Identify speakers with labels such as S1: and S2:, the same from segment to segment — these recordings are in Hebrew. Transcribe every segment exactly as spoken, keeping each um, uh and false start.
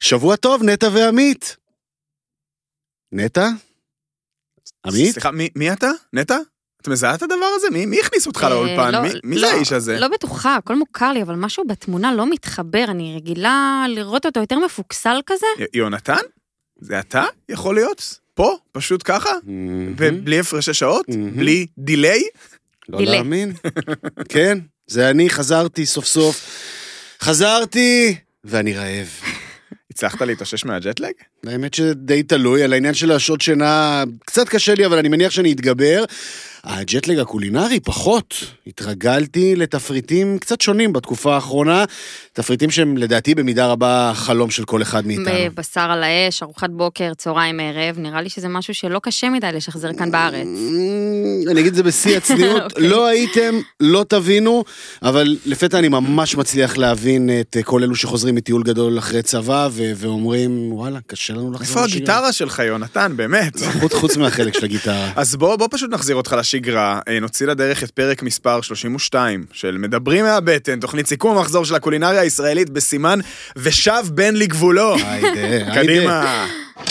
S1: שבוע טוב, נטע ועמית. נטע? עמית?
S2: סליחה, מי, מי אתה? נטע? את מזהה את הדבר הזה? מי, מי הכניס אותך לאולפן? מי, מי זה האיש הזה?
S3: לא בטוחה, הכל מוכר לי, אבל משהו בתמונה לא מתחבר, אני רגילה לראות אותו יותר מפוקסל כזה.
S2: יונתן? זה אתה? יכול להיות? פה? פשוט ככה? ובלי הפרשי שעות? בלי דיליי?
S1: לא להאמין. כן, זה אני, חזרתי סוף סוף. חזרתי, ואני רעב.
S2: הצלחת להתאושש מהג'טלג?
S1: האמת שדי תלוי, על העניין של השעות שינה, קצת קשה לי, אבל אני מניח שאני אתגבר. הג'טלג הקולינרי פחות. התרגלתי לתפריטים קצת שונים בתקופה האחרונה, תפריטים שהם לדעתי במידה רבה חלום של כל אחד מאיתנו.
S3: בשר על האש, ארוחת בוקר, צהריים ערב, נראה לי שזה משהו שלא קשה מדי לשחזר כאן בארץ.
S1: אני אגיד את זה בשיא הצניעות, לא הייתם, לא תבינו, אבל לפתע אני ממש מצליח להבין את כל אלו שחוזרים מטיול גדול אחרי צבא, ואומרים, וואלה, קשה לנו לחזור
S2: לשגרה. איפה הגיטרה שלך, יונתן, באמת?
S1: חוץ מהחלק של הגיטרה.
S2: אז בוא, בוא פשוט נחזיר אותך לשגרה, נוציא לדרך את פרק מספר שלושים ושתיים, של מדברים מהבטן, תוכנית סיכום המחזור של הקולינריה הישראלית בסימן ושב בין לגבולו.
S1: היידה,
S2: קדימה.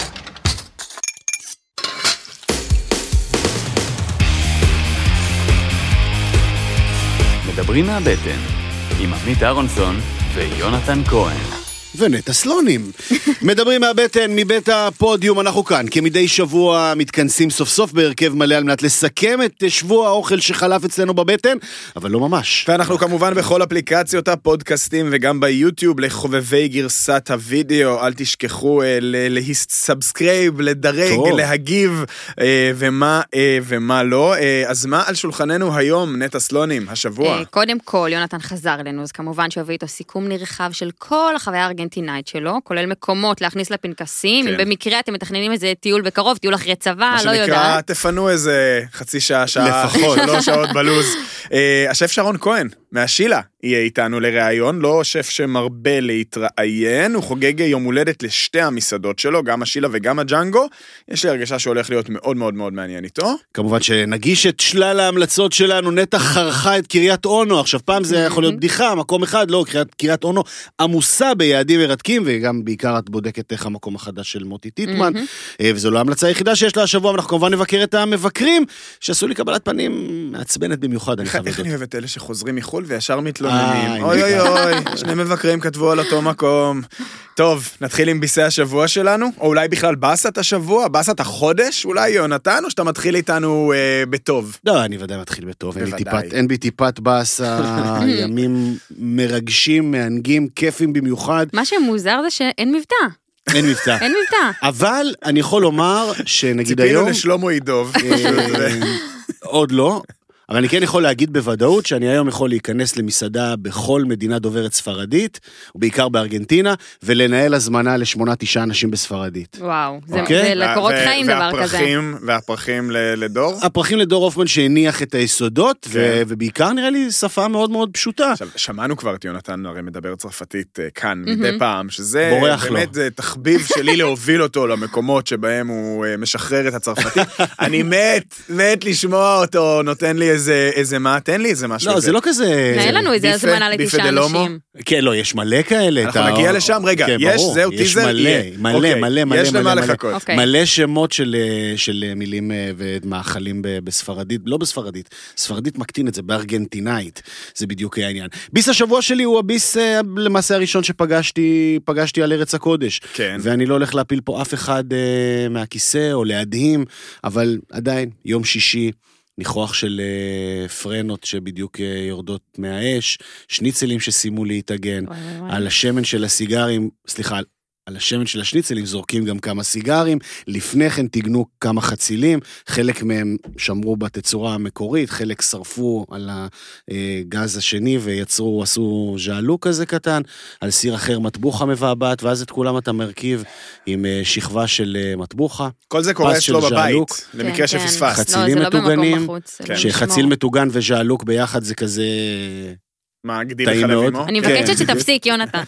S4: מדברים מהבטן, עם עמית אהרונסון ויונתן כהן.
S1: ונטע סלונים. מדברים מהבטן, מבית הפודיום, אנחנו כאן, כמדי שבוע מתכנסים סוף סוף בהרכב מלא על מנת לסכם את שבוע האוכל שחלף אצלנו בבטן, אבל לא ממש.
S2: ואנחנו כמובן בכל אפליקציות הפודקאסטים וגם ביוטיוב לחובבי גרסת הוידאו, אל תשכחו להסאבסקרייב, לדרג, להגיב, ומה ומה לא. אז מה על שולחננו היום, נטע סלונים, השבוע?
S3: קודם כל, יונתן חזר אלינו, אז כמובן שהביא איתו סיכום נרחב של כל החוויה ארגנטינאית שלו, כולל מקומות להכניס לפנקסים, אם במקרה אתם מתכננים איזה טיול בקרוב, טיול אחרי צבא, לא יודעת. מה שנקרא,
S2: תפנו איזה חצי שעה, שעה,
S1: לפחות,
S2: שלוש שעות בלוז. השף שרון כהן, מהשילה, יהיה איתנו לראיון, לא שף שמרבה להתראיין, הוא חוגג יום הולדת לשתי המסעדות שלו, גם השילה וגם הג'אנגו, יש לי הרגשה שהולך להיות מאוד מאוד מאוד מעניין איתו.
S1: כמובן שנגיש את שלל ההמלצות שלנו, נטע חרכה את קריית אונו, עכשיו פעם זה יכול להיות בדיחה, מקום אחד, לא, קריית, קריית אונו עמוסה ביעדים מרתקים, וגם בעיקר את בודקת איך המקום החדש של מוטי טיטמן, וזו לא ההמלצה היחידה שיש לה השבוע, אנחנו כמובן נבקר את המבקרים, שעשו לי קבלת פנים מעצבנת במיוחד, אני חייב
S2: איך אני אוהב את אלה שחוזרים מחול וישר מתלוננים. אוי אוי אוי, שני מבקרים כתבו על אותו מקום. טוב, נתחיל עם ביסי השבוע שלנו, או אולי בכלל בסת השבוע, בסת החודש, אולי יונתן, או שאתה מתחיל איתנו אה, בטוב?
S1: לא, אני ודאי מתחיל בטוב, אין, טיפת, אין בי טיפת בסה, ימים מרגשים, מענגים, כיפים במיוחד.
S3: מה שמוזר זה שאין מבטא.
S1: אין מבטא.
S3: אין מבטא.
S1: אבל אני יכול לומר שנגיד היום...
S2: ציפינו לשלומו עידוב.
S1: עוד לא. אבל אני כן יכול להגיד בוודאות שאני היום יכול להיכנס למסעדה בכל מדינה דוברת ספרדית, ובעיקר בארגנטינה, ולנהל הזמנה לשמונה, תשעה אנשים בספרדית.
S3: וואו, זה, זה לקורות חיים דבר כזה.
S2: והפרחים לדור?
S1: הפרחים לדור אופמן שהניח את היסודות, ובעיקר נראה לי שפה מאוד מאוד פשוטה.
S2: עכשיו, שמענו כבר את יונתן, הרי מדבר צרפתית כאן, מדי פעם, שזה באמת תחביב שלי להוביל אותו למקומות שבהם הוא משחרר את הצרפתית. אני מת, מת לשמוע אותו, נותן לי איזה, איזה מה, תן לי איזה משהו.
S1: לא, זה לא כזה...
S3: נהיה לנו איזה הזמנה לתשעה אנשים.
S1: כן, לא, יש מלא כאלה.
S2: אנחנו נגיע לשם, רגע, יש, זהו, טיזר,
S1: מלא, מלא, מלא,
S2: יש למה לחכות.
S1: מלא שמות של מילים ומאכלים בספרדית, לא בספרדית, ספרדית מקטין את זה, בארגנטינאית, זה בדיוק העניין. ביס השבוע שלי הוא הביס למעשה הראשון שפגשתי, פגשתי על ארץ הקודש.
S2: כן.
S1: ואני לא הולך להפיל פה אף אחד מהכיסא או להדהים, אבל עדיין, יום שישי, ניחוח של פרנות שבדיוק יורדות מהאש, שניצלים ששימו להתאגן, על השמן של הסיגרים, סליחה, על השמן של השניצלים זורקים גם כמה סיגרים, לפני כן תגנו כמה חצילים, חלק מהם שמרו בתצורה המקורית, חלק שרפו על הגז השני ויצרו, עשו ז'עלוק כזה קטן, על סיר אחר מטבוחה מבעבעת, ואז את כולם אתה מרכיב עם שכבה של מטבוחה.
S2: כל זה קורה אצלו בבית, למקרה שפספס.
S1: חצילים מטוגנים, שחציל מטוגן וז'עלוק ביחד זה כזה...
S2: מה, גדיל לחלבימו?
S3: אני מבקשת שתפסיק, יונתן.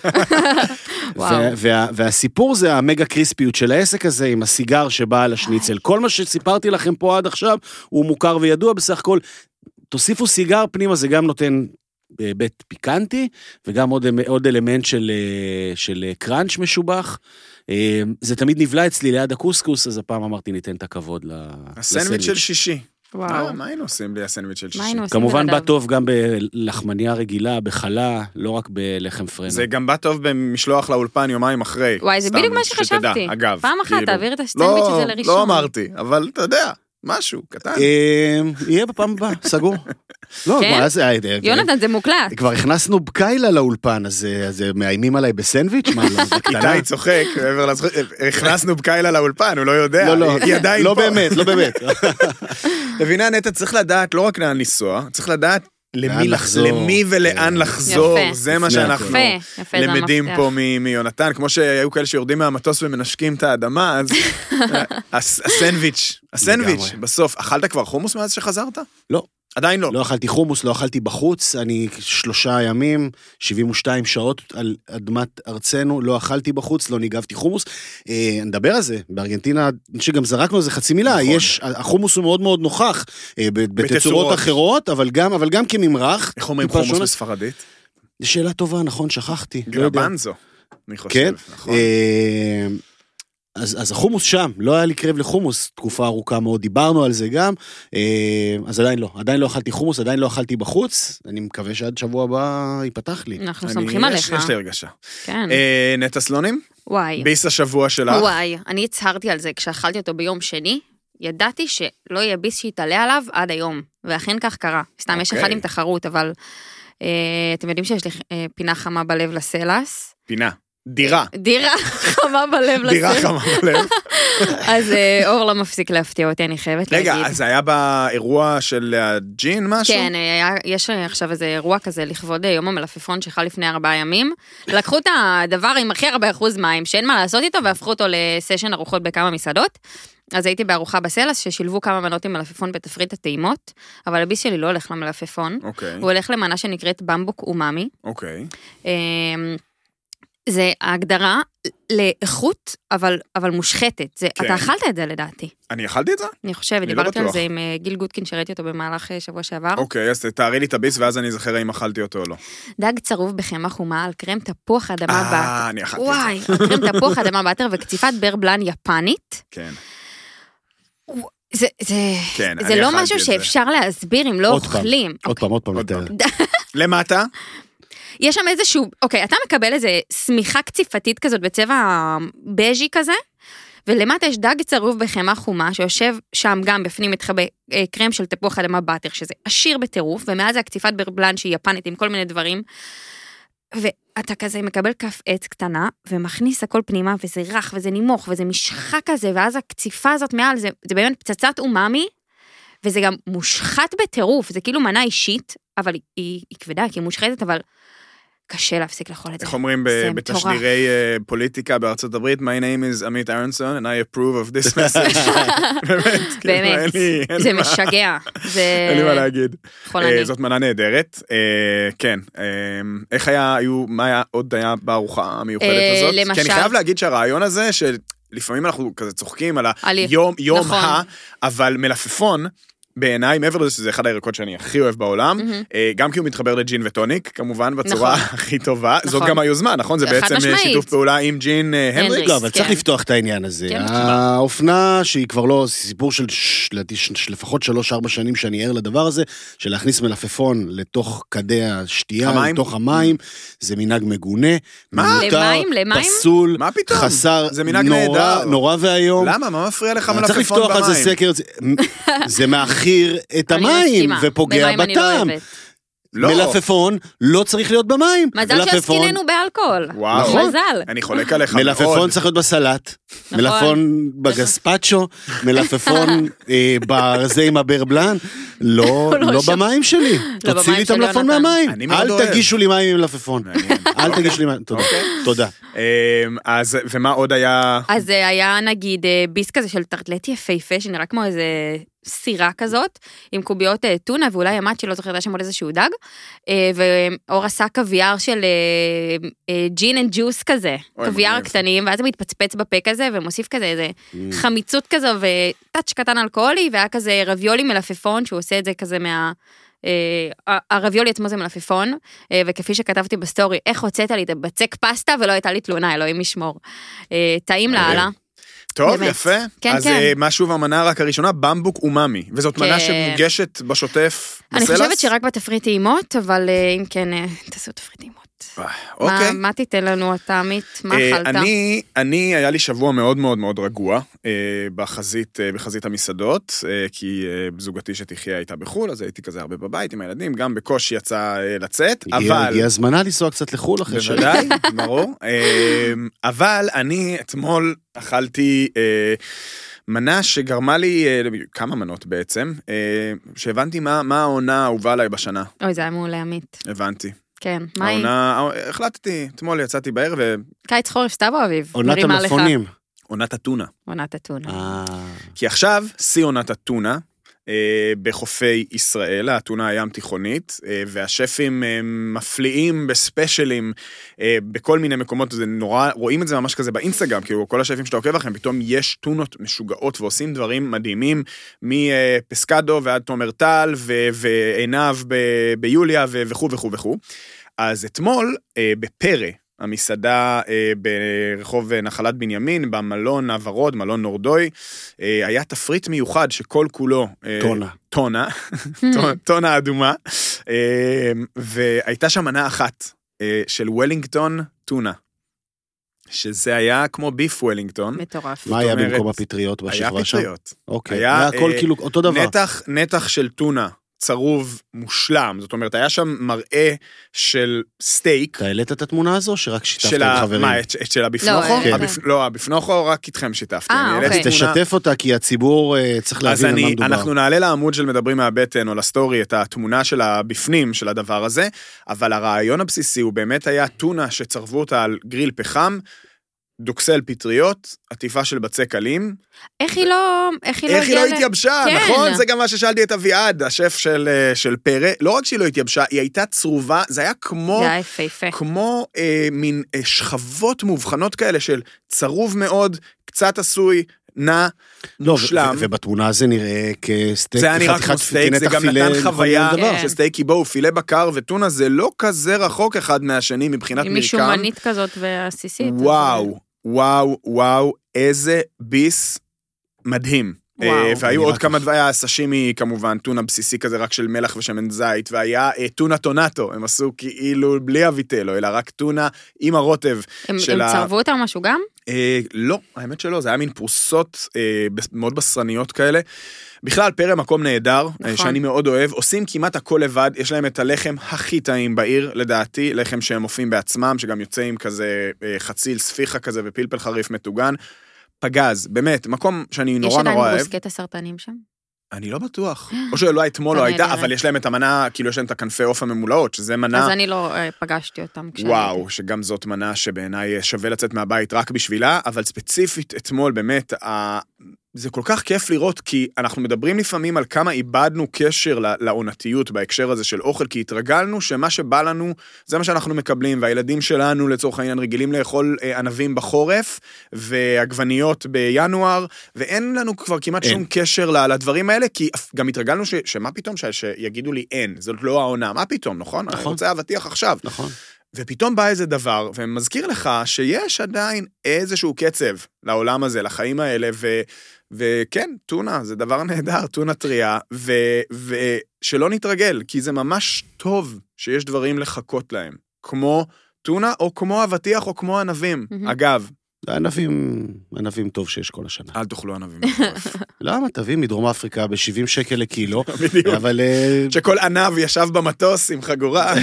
S1: והסיפור זה המגה קריספיות של העסק הזה, עם הסיגר שבא על השניצל. כל מה שסיפרתי לכם פה עד עכשיו, הוא מוכר וידוע בסך הכל. תוסיפו סיגר פנימה, זה גם נותן בית פיקנטי, וגם עוד, עוד אלמנט של, של קראנץ' משובח. זה תמיד נבלה אצלי ליד הקוסקוס, אז הפעם אמרתי ניתן את הכבוד לסנדוויץ'.
S2: הסנדוויץ' של שישי.
S3: וואו.
S2: מה היינו עושים בלי הסנדוויץ' של שישי?
S1: כמובן בא טוב גם בלחמניה רגילה, בחלה, לא רק בלחם פרנה.
S2: זה גם בא טוב במשלוח לאולפן יומיים אחרי.
S3: וואי, זה בדיוק מה שחשבתי.
S2: אגב.
S3: פעם אחת, תעביר את הסנדוויץ' הזה לראשון.
S2: לא אמרתי, אבל אתה יודע, משהו קטן.
S1: יהיה בפעם הבאה, סגור. לא,
S3: כן? יונתן, זה מוקלט.
S1: כבר הכנסנו בקיילה לאולפן, אז מאיימים עליי בסנדוויץ'? מה, לא, זה קטנה.
S2: איתי צוחק, הכנסנו בקיילה לאולפן, הוא לא יודע.
S1: לא, לא, לא באמת, לא באמת.
S2: לבינה נטע, צריך לדעת לא רק לאן לנסוע, צריך לדעת למי ולאן לחזור. זה מה שאנחנו למדים פה מיונתן, כמו שהיו כאלה שיורדים מהמטוס ומנשקים את האדמה, אז הסנדוויץ', הסנדוויץ', בסוף, אכלת כבר חומוס מאז שחזרת?
S1: לא.
S2: עדיין לא.
S1: לא אכלתי חומוס, לא אכלתי בחוץ, אני שלושה ימים, שבעים ושתיים שעות על אדמת ארצנו, לא אכלתי בחוץ, לא ניגבתי חומוס. אה, נדבר על זה, בארגנטינה, שגם זרקנו על זה חצי מילה, נכון. יש, החומוס הוא מאוד מאוד נוכח, אה, בתצורות אחרות, אבל גם, אבל גם כממרח.
S2: איך אומרים חומוס שונה... בספרדית?
S1: זו שאלה טובה, נכון, שכחתי.
S2: גרבנזו, אני חושב,
S1: כן?
S2: נכון.
S1: אה, אז, אז החומוס שם, לא היה לי קרב לחומוס, תקופה ארוכה מאוד, דיברנו על זה גם, אז עדיין לא, עדיין לא אכלתי חומוס, עדיין לא אכלתי בחוץ, אני מקווה שעד שבוע הבא ייפתח לי.
S3: אנחנו סומכים עליך.
S2: יש לי הרגשה.
S3: כן.
S2: נטע סלונים?
S3: וואי.
S2: ביס השבוע שלך?
S3: וואי, אני הצהרתי על זה, כשאכלתי אותו ביום שני, ידעתי שלא יהיה ביס שיתעלה עליו עד היום, ואכן כך קרה. סתם, יש אחד עם תחרות, אבל אתם יודעים שיש לי פינה חמה בלב לסלס.
S2: פינה. דירה.
S3: דירה חמה בלב לסלס.
S2: דירה חמה בלב.
S3: אז אור לא מפסיק להפתיע אותי, אני חייבת להגיד.
S2: רגע, אז היה באירוע של הג'ין משהו?
S3: כן, יש עכשיו איזה אירוע כזה לכבוד יום המלפפון שחל לפני ארבעה ימים. לקחו את הדבר עם הכי הרבה אחוז מים, שאין מה לעשות איתו, והפכו אותו לסשן ארוחות בכמה מסעדות. אז הייתי בארוחה בסלס, ששילבו כמה מנות עם מלפפון בתפריט הטעימות, אבל הביס שלי לא הולך למלפפון.
S2: אוקיי.
S3: הוא הולך למנה שנקראת במבוק אומאמי.
S2: אוקיי.
S3: זה ההגדרה לאיכות, אבל, אבל מושחתת. זה,
S2: כן.
S3: אתה אכלת את זה לדעתי.
S2: אני אכלתי את זה?
S3: אני חושבת,
S2: אני
S3: דיברתי
S2: לא
S3: על זה עם גיל גוטקין, שראיתי אותו במהלך שבוע שעבר.
S2: אוקיי, אז תארי לי את הביס, ואז אני זכר אם אכלתי אותו או לא.
S3: דג צרוב בחמאה חומה על קרם תפוח אדמה באטר.
S2: אה, אני אכלתי
S3: וואי, את זה. וואי, קרם תפוח אדמה באטר וקציפת בר בלן יפנית.
S2: כן.
S3: זה, זה,
S2: כן,
S3: זה לא משהו שאפשר להסביר אם לא אוכלים.
S1: עוד פעם, עוד פעם, עוד פעם.
S2: למטה?
S3: יש שם איזשהו, אוקיי, אתה מקבל איזה סמיכה קציפתית כזאת בצבע בז'י כזה, ולמטה יש דג צרוב בחמאה חומה, שיושב שם גם בפנים מתחבא קרם של תפוח אדמה באטר, שזה עשיר בטירוף, ומאז זה הקציפת ברבלן שהיא יפנית עם כל מיני דברים, ואתה כזה מקבל כף עץ קטנה, ומכניס הכל פנימה, וזה רך, וזה נימוך, וזה משחה כזה, ואז הקציפה הזאת מעל, זה, זה באמת פצצת אומאמי, וזה גם מושחת בטירוף, זה כאילו מנה אישית, אבל היא, היא כבדה, כי היא מושחתת, אבל קשה להפסיק לאכול את זה.
S2: איך אומרים בתשדירי פוליטיקה בארצות הברית, My name is עמית ארנסון, and I approve of this message. באמת.
S3: באמת, זה משגע.
S2: אין לי מה להגיד.
S3: חולני.
S2: זאת מנה נהדרת. כן. איך היה, מה עוד היה בארוחה המיוחדת הזאת?
S3: למשל.
S2: כי אני חייב להגיד שהרעיון הזה, שלפעמים אנחנו כזה צוחקים על היום ה, אבל מלפפון, בעיניי, מעבר לזה שזה אחד הירקות שאני הכי אוהב בעולם, גם כי הוא מתחבר לג'ין וטוניק, כמובן בצורה הכי טובה, זאת גם היוזמה, נכון? זה בעצם שיתוף פעולה עם ג'ין הנדריקס.
S1: לא, אבל צריך לפתוח את העניין הזה. האופנה שהיא כבר לא, סיפור של לפחות שלוש ארבע שנים שאני ער לדבר הזה, של להכניס מלפפון לתוך כדי השתייה, לתוך המים, זה מנהג מגונה, מיותר, פסול, חסר, נורא והיום.
S2: למה? מה מפריע לך מלפפון במים?
S1: זה מאחיר את המים ופוגע בטעם. מלפפון לא צריך להיות במים.
S3: מזל שעסקיננו באלכוהול.
S2: וואו.
S3: מזל.
S2: אני חולק עליך מאוד.
S1: מלפפון צריך להיות בסלט, מלפפון בגספצ'ו, מלפפון ברזה עם הברבלן, לא במים שלי. תוציא לי את המלפפון מהמים. אל תגישו לי מים עם מלפפון. אל תגישו לי מים. תודה.
S2: אז ומה עוד היה?
S3: אז היה נגיד ביס כזה של טרטלט יפהפה, שנראה כמו איזה סירה כזאת, עם קוביות טונה, ואולי ימת שלא זוכרת שם עוד איזשהו דג, ואור עשה קוויאר של ג'ין אנד ג'וס כזה, קוויאר קטנים, ואז הוא מתפצפץ בפה כזה, ומוסיף כזה איזה חמיצות כזו, וטאץ' קטן אלכוהולי, והיה כזה רביולי מלפפון, שהוא עושה את זה כזה מה... הרביולי עצמו זה מלפפון, וכפי שכתבתי בסטורי, איך הוצאת לי את הבצק פסטה ולא הייתה לי תלונה, אלוהים ישמור. טעים לעלה.
S2: טוב, יפה.
S3: כן,
S2: אז
S3: כן.
S2: מה שוב המנה רק הראשונה? במבוק אומאמי. וזאת מנה שמוגשת בשוטף בסלס?
S3: אני חושבת שרק בתפריט טעימות, אבל אם כן, תעשו תפריט טעימות.
S2: אוקיי.
S3: מה תיתן לנו אתה, עמית? מה אכלת?
S2: אני, אני, היה לי שבוע מאוד מאוד מאוד רגוע בחזית, בחזית המסעדות, כי זוגתי שתחיה הייתה בחול, אז הייתי כזה הרבה בבית עם הילדים, גם בקושי יצא לצאת, אבל...
S1: הגיע הזמנה לנסוע קצת לחול אחרי שנה.
S2: בוודאי, ברור. אבל אני אתמול אכלתי... מנה שגרמה לי, כמה מנות בעצם, שהבנתי מה, מה העונה האהובה עליי בשנה.
S3: אוי, זה היה מעולה, עמית.
S2: הבנתי.
S3: כן, מה היא?
S2: העונה, החלטתי, אתמול יצאתי בערב ו...
S3: קיץ חורף, סתיו או אביב?
S1: עונת המלפונים.
S2: עונת אתונה.
S3: עונת אתונה.
S2: כי עכשיו, שיא עונת אתונה, בחופי ישראל, האתונה הים תיכונית, והשפים מפליאים בספיישלים, בכל מיני מקומות, זה נורא, רואים את זה ממש כזה באינסטגרם, כאילו כל השפים שאתה עוקב לכם, פתאום יש טונות משוגעות, ועושים דברים מדהימים, מפסקדו ועד תומר טל, ועיניו ביוליה, וכו' וכו' וכו'. אז אתמול, בפרא, המסעדה אה, ברחוב נחלת בנימין, במלון הוורוד, מלון נורדוי, אה, היה תפריט מיוחד שכל כולו... אה,
S1: טונה.
S2: טונה, טונה אדומה, אה, והייתה שם מנה אחת אה, של וולינגטון טונה, שזה היה כמו ביף וולינגטון.
S3: מטורף.
S1: מה היה במקום הפטריות בשכבה שם?
S2: היה פטריות.
S1: אוקיי, היה הכל כאילו אותו דבר.
S2: נתח, נתח של טונה. צרוב מושלם, זאת אומרת, היה שם מראה של סטייק.
S1: אתה העלית את התמונה הזו, שרק שיתפת עם חברים?
S2: מה, את של הבפנוכו? לא, הבפנוכו רק איתכם שיתפתי.
S3: אה, אוקיי.
S1: תשתף אותה, כי הציבור צריך להבין על מה מדובר.
S2: אז אנחנו נעלה לעמוד של מדברים מהבטן, או לסטורי, את התמונה של הבפנים של הדבר הזה, אבל הרעיון הבסיסי הוא באמת היה טונה שצרבו אותה על גריל פחם, דוקסל פטריות, עטיפה של בצק עלים.
S3: איך היא לא... איך היא לא,
S2: איך היא לא התייבשה,
S3: כן.
S2: נכון? זה גם מה ששאלתי את אביעד, השף של, של פרא. לא רק שהיא לא התייבשה, היא הייתה צרובה, זה היה כמו...
S3: זה היה יפה יפה.
S2: כמו אה, מין אה, שכבות מובחנות כאלה של צרוב מאוד, קצת עשוי, נע,
S1: לא,
S2: מושלם.
S1: ובתמונה זה נראה כסטייק,
S2: זה היה נראה כמו סטייק, זה גם נתן חוויה של סטייקי בואו, פילה בקר וטונה, זה לא כזה רחוק אחד מהשני מבחינת מרקם.
S3: עם משומנית כזאת ועסיסית.
S2: וואו, וואו, וואו, איזה ביס מדהים. והיו עוד כמה דברים, היה סשימי כמובן, טונה בסיסי כזה רק של מלח ושמן זית, והיה טונה טונטו, הם עשו כאילו בלי אביטלו, אלא רק טונה עם הרוטב.
S3: הם צרבו אותם משהו גם?
S2: לא, האמת שלא, זה היה מין פרוסות מאוד בשרניות כאלה. בכלל, פרא מקום נהדר, שאני מאוד אוהב, עושים כמעט הכל לבד, יש להם את הלחם הכי טעים בעיר, לדעתי, לחם שהם מופיעים בעצמם, שגם יוצא עם כזה חציל ספיחה כזה ופלפל חריף מטוגן. פגז, באמת, מקום שאני נורא נורא אוהב.
S3: יש עדיין ברוסקט הסרטנים שם?
S2: אני לא בטוח. או שלא אתמול לא הייתה, אבל יש להם את המנה, כאילו יש להם את הכנפי עוף הממולאות, שזה מנה...
S3: אז אני לא פגשתי אותם כשהייתי.
S2: וואו, שגם זאת מנה שבעיניי שווה לצאת מהבית רק בשבילה, אבל ספציפית אתמול באמת, זה כל כך כיף לראות, כי אנחנו מדברים לפעמים על כמה איבדנו קשר לעונתיות בהקשר הזה של אוכל, כי התרגלנו שמה שבא לנו, זה מה שאנחנו מקבלים, והילדים שלנו לצורך העניין רגילים לאכול ענבים בחורף, ועגבניות בינואר, ואין לנו כבר כמעט שום קשר לדברים האלה, כי גם התרגלנו ש, שמה פתאום ש, שיגידו לי אין, זאת לא העונה, מה פתאום, נכון? נכון. אני רוצה אבטיח עכשיו.
S1: נכון.
S2: ופתאום בא איזה דבר, ומזכיר לך שיש עדיין איזשהו קצב לעולם הזה, לחיים האלה, ו... וכן, טונה, זה דבר נהדר, טונה טריה, ו... ושלא נתרגל, כי זה ממש טוב שיש דברים לחכות להם, כמו טונה, או כמו אבטיח, או כמו ענבים. Mm-hmm. אגב,
S1: ענבים, ענבים טוב שיש כל השנה.
S2: אל תאכלו ענבים בחורף.
S1: למה? תביא מדרום אפריקה ב-שבעים שקל לקילו.
S2: בדיוק.
S1: אבל...
S2: שכל ענב ישב במטוס עם חגורה.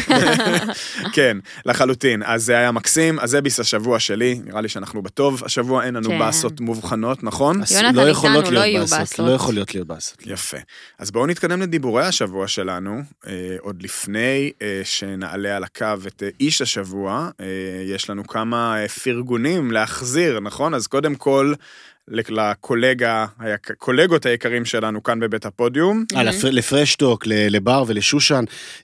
S2: כן, לחלוטין. אז זה היה מקסים, אז זה ביס השבוע שלי. נראה לי שאנחנו בטוב. השבוע אין לנו בסות מובחנות, נכון?
S3: יונתן איתנו, לא יהיו בסות.
S1: לא יכולות להיות בסות.
S2: יפה. אז בואו נתקדם לדיבורי השבוע שלנו. עוד לפני שנעלה על הקו את איש השבוע, יש לנו כמה פרגונים להחזיר. נכון? אז קודם כל, לקולגה, הקולגות היקרים שלנו כאן בבית הפודיום.
S1: לפרשטוק, לבר ולשושן.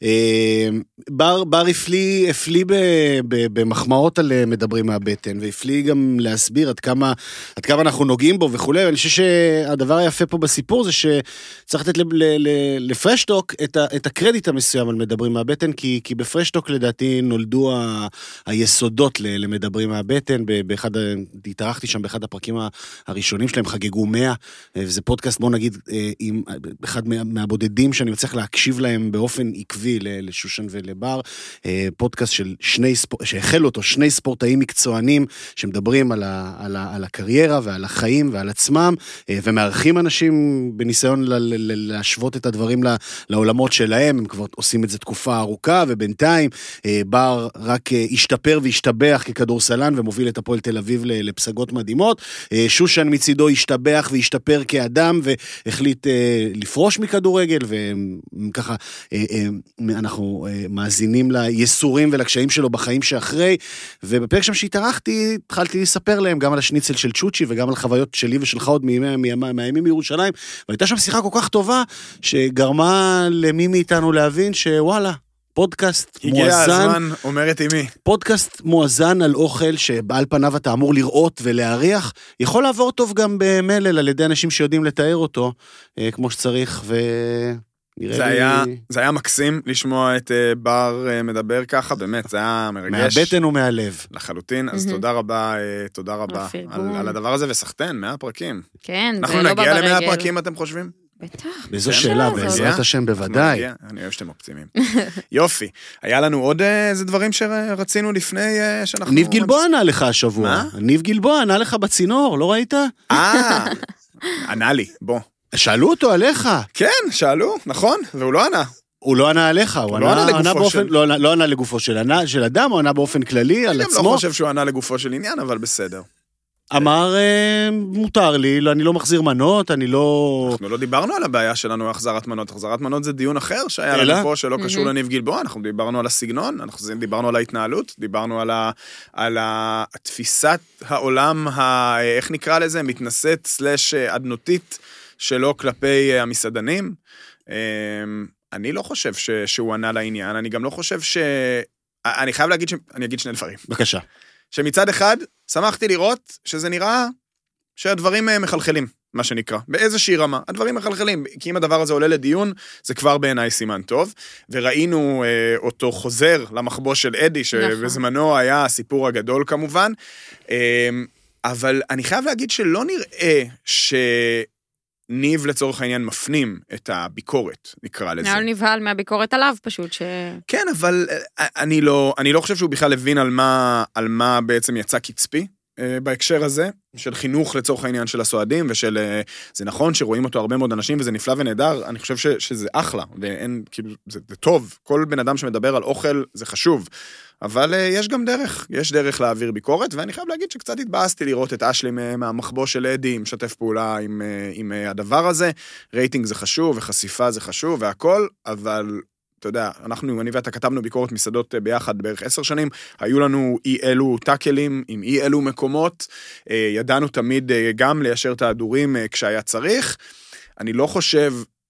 S1: בר, בר הפליא, הפליא במחמאות על מדברים מהבטן, והפליא גם להסביר עד כמה, עד כמה אנחנו נוגעים בו וכו'. ואני חושב שהדבר היפה פה בסיפור זה שצריך לתת לפרשטוק את, את הקרדיט המסוים על מדברים מהבטן, כי, כי בפרשטוק לדעתי נולדו ה, היסודות למדברים מהבטן, באחד, התארחתי שם באחד הפרקים הראשונים שלהם, חגגו מאה, וזה פודקאסט, בוא נגיד, עם אחד מהבודדים שאני מצליח להקשיב להם באופן עקבי לשושן ולבר, פודקאסט של שני, שהחל אותו שני ספורטאים מקצוענים, שמדברים על, ה, על, ה, על הקריירה ועל החיים ועל עצמם, ומארחים אנשים בניסיון ל, ל, להשוות את הדברים לעולמות שלהם, הם כבר עושים את זה תקופה ארוכה, ובינתיים בר רק השתפר והשתבח ככדורסלן, ומוביל את הפועל תל אביב לפסגות מדהימות. שושן מצידו השתבח והשתפר כאדם, והחליט לפרוש מכדורגל, וככה אנחנו מאזינים ליסורים ולקשיים שלו בחיים שאחרי, ובפרק שם שהתארחתי, התחלתי לספר להם גם על השניצל של צ'וצ'י, וגם על חוויות שלי ושלך עוד מהימים מירושלים, והייתה שם שיחה כל כך טובה, שגרמה למי מאיתנו להבין שוואלה, פודקאסט
S2: הגיע
S1: מואזן. הגיע
S2: הזמן, אומרת אימי.
S1: פודקאסט מואזן על אוכל שבעל פניו אתה אמור לראות ולהריח, יכול לעבור טוב גם במלל על ידי אנשים שיודעים לתאר אותו, כמו שצריך, ו...
S2: זה היה, זה היה מקסים לשמוע את בר מדבר ככה, באמת, זה היה מרגש.
S1: מהבטן ומהלב.
S2: לחלוטין, אז תודה רבה, תודה רבה על, על הדבר הזה, וסחטן, מאה פרקים.
S3: כן,
S2: אנחנו נגיע למאה פרקים, אתם חושבים?
S3: בטח.
S1: וזו שאלה, בעזרת השם בוודאי.
S2: אני אוהב שאתם אופטימיים. יופי. היה לנו עוד איזה דברים שרצינו לפני שאנחנו...
S1: ניב גלבוע ענה לך השבוע. מה? ניב גלבוע ענה לך בצינור, לא ראית?
S2: אה, ענה לי, בוא.
S1: שאלו אותו עליך.
S2: כן, שאלו, נכון, והוא לא ענה.
S1: הוא לא ענה עליך, הוא
S2: לא ענה לגופו של...
S1: לא ענה לגופו של אדם, הוא ענה באופן כללי על עצמו.
S2: אני גם לא חושב שהוא ענה לגופו של עניין, אבל בסדר.
S1: אמר, מותר לי, אני לא מחזיר מנות, אני לא...
S2: אנחנו לא דיברנו על הבעיה שלנו, החזרת מנות. החזרת מנות זה דיון אחר שהיה לנו פה, שלא קשור לניב גלבוע, אנחנו דיברנו על הסגנון, אנחנו דיברנו על ההתנהלות, דיברנו על, ה... על התפיסת העולם, ה... איך נקרא לזה, מתנשאת סלש עדנותית שלו כלפי המסעדנים. אני לא חושב ש... שהוא ענה לעניין, אני גם לא חושב ש... אני חייב להגיד ש... אני אגיד שני דברים.
S1: בבקשה.
S2: שמצד אחד, שמחתי לראות שזה נראה שהדברים מחלחלים, מה שנקרא, באיזושהי רמה. הדברים מחלחלים, כי אם הדבר הזה עולה לדיון, זה כבר בעיניי סימן טוב, וראינו אה, אותו חוזר למחבוש של אדי, שבזמנו היה הסיפור הגדול כמובן, אה, אבל אני חייב להגיד שלא נראה ש... ניב לצורך העניין מפנים את הביקורת, נקרא לזה.
S3: נראה נבהל מהביקורת עליו פשוט ש...
S2: כן, אבל אני לא, אני לא חושב שהוא בכלל הבין על מה, על מה בעצם יצא קצפי, בהקשר הזה, של חינוך לצורך העניין של הסועדים, ושל, זה נכון שרואים אותו הרבה מאוד אנשים, וזה נפלא ונהדר, אני חושב ש, שזה אחלה, ואין, כאילו, זה, זה טוב, כל בן אדם שמדבר על אוכל, זה חשוב, אבל יש גם דרך, יש דרך להעביר ביקורת, ואני חייב להגיד שקצת התבאסתי לראות את אשלי מהמחבוא של אדי, משתף פעולה עם, עם הדבר הזה, רייטינג זה חשוב, וחשיפה זה חשוב, והכל, אבל... אתה יודע, אנחנו, אני ואתה כתבנו ביקורת מסעדות ביחד בערך עשר שנים, היו לנו אי אלו טאקלים עם אי אלו מקומות, ידענו תמיד גם ליישר את ההדורים כשהיה צריך. אני לא חושב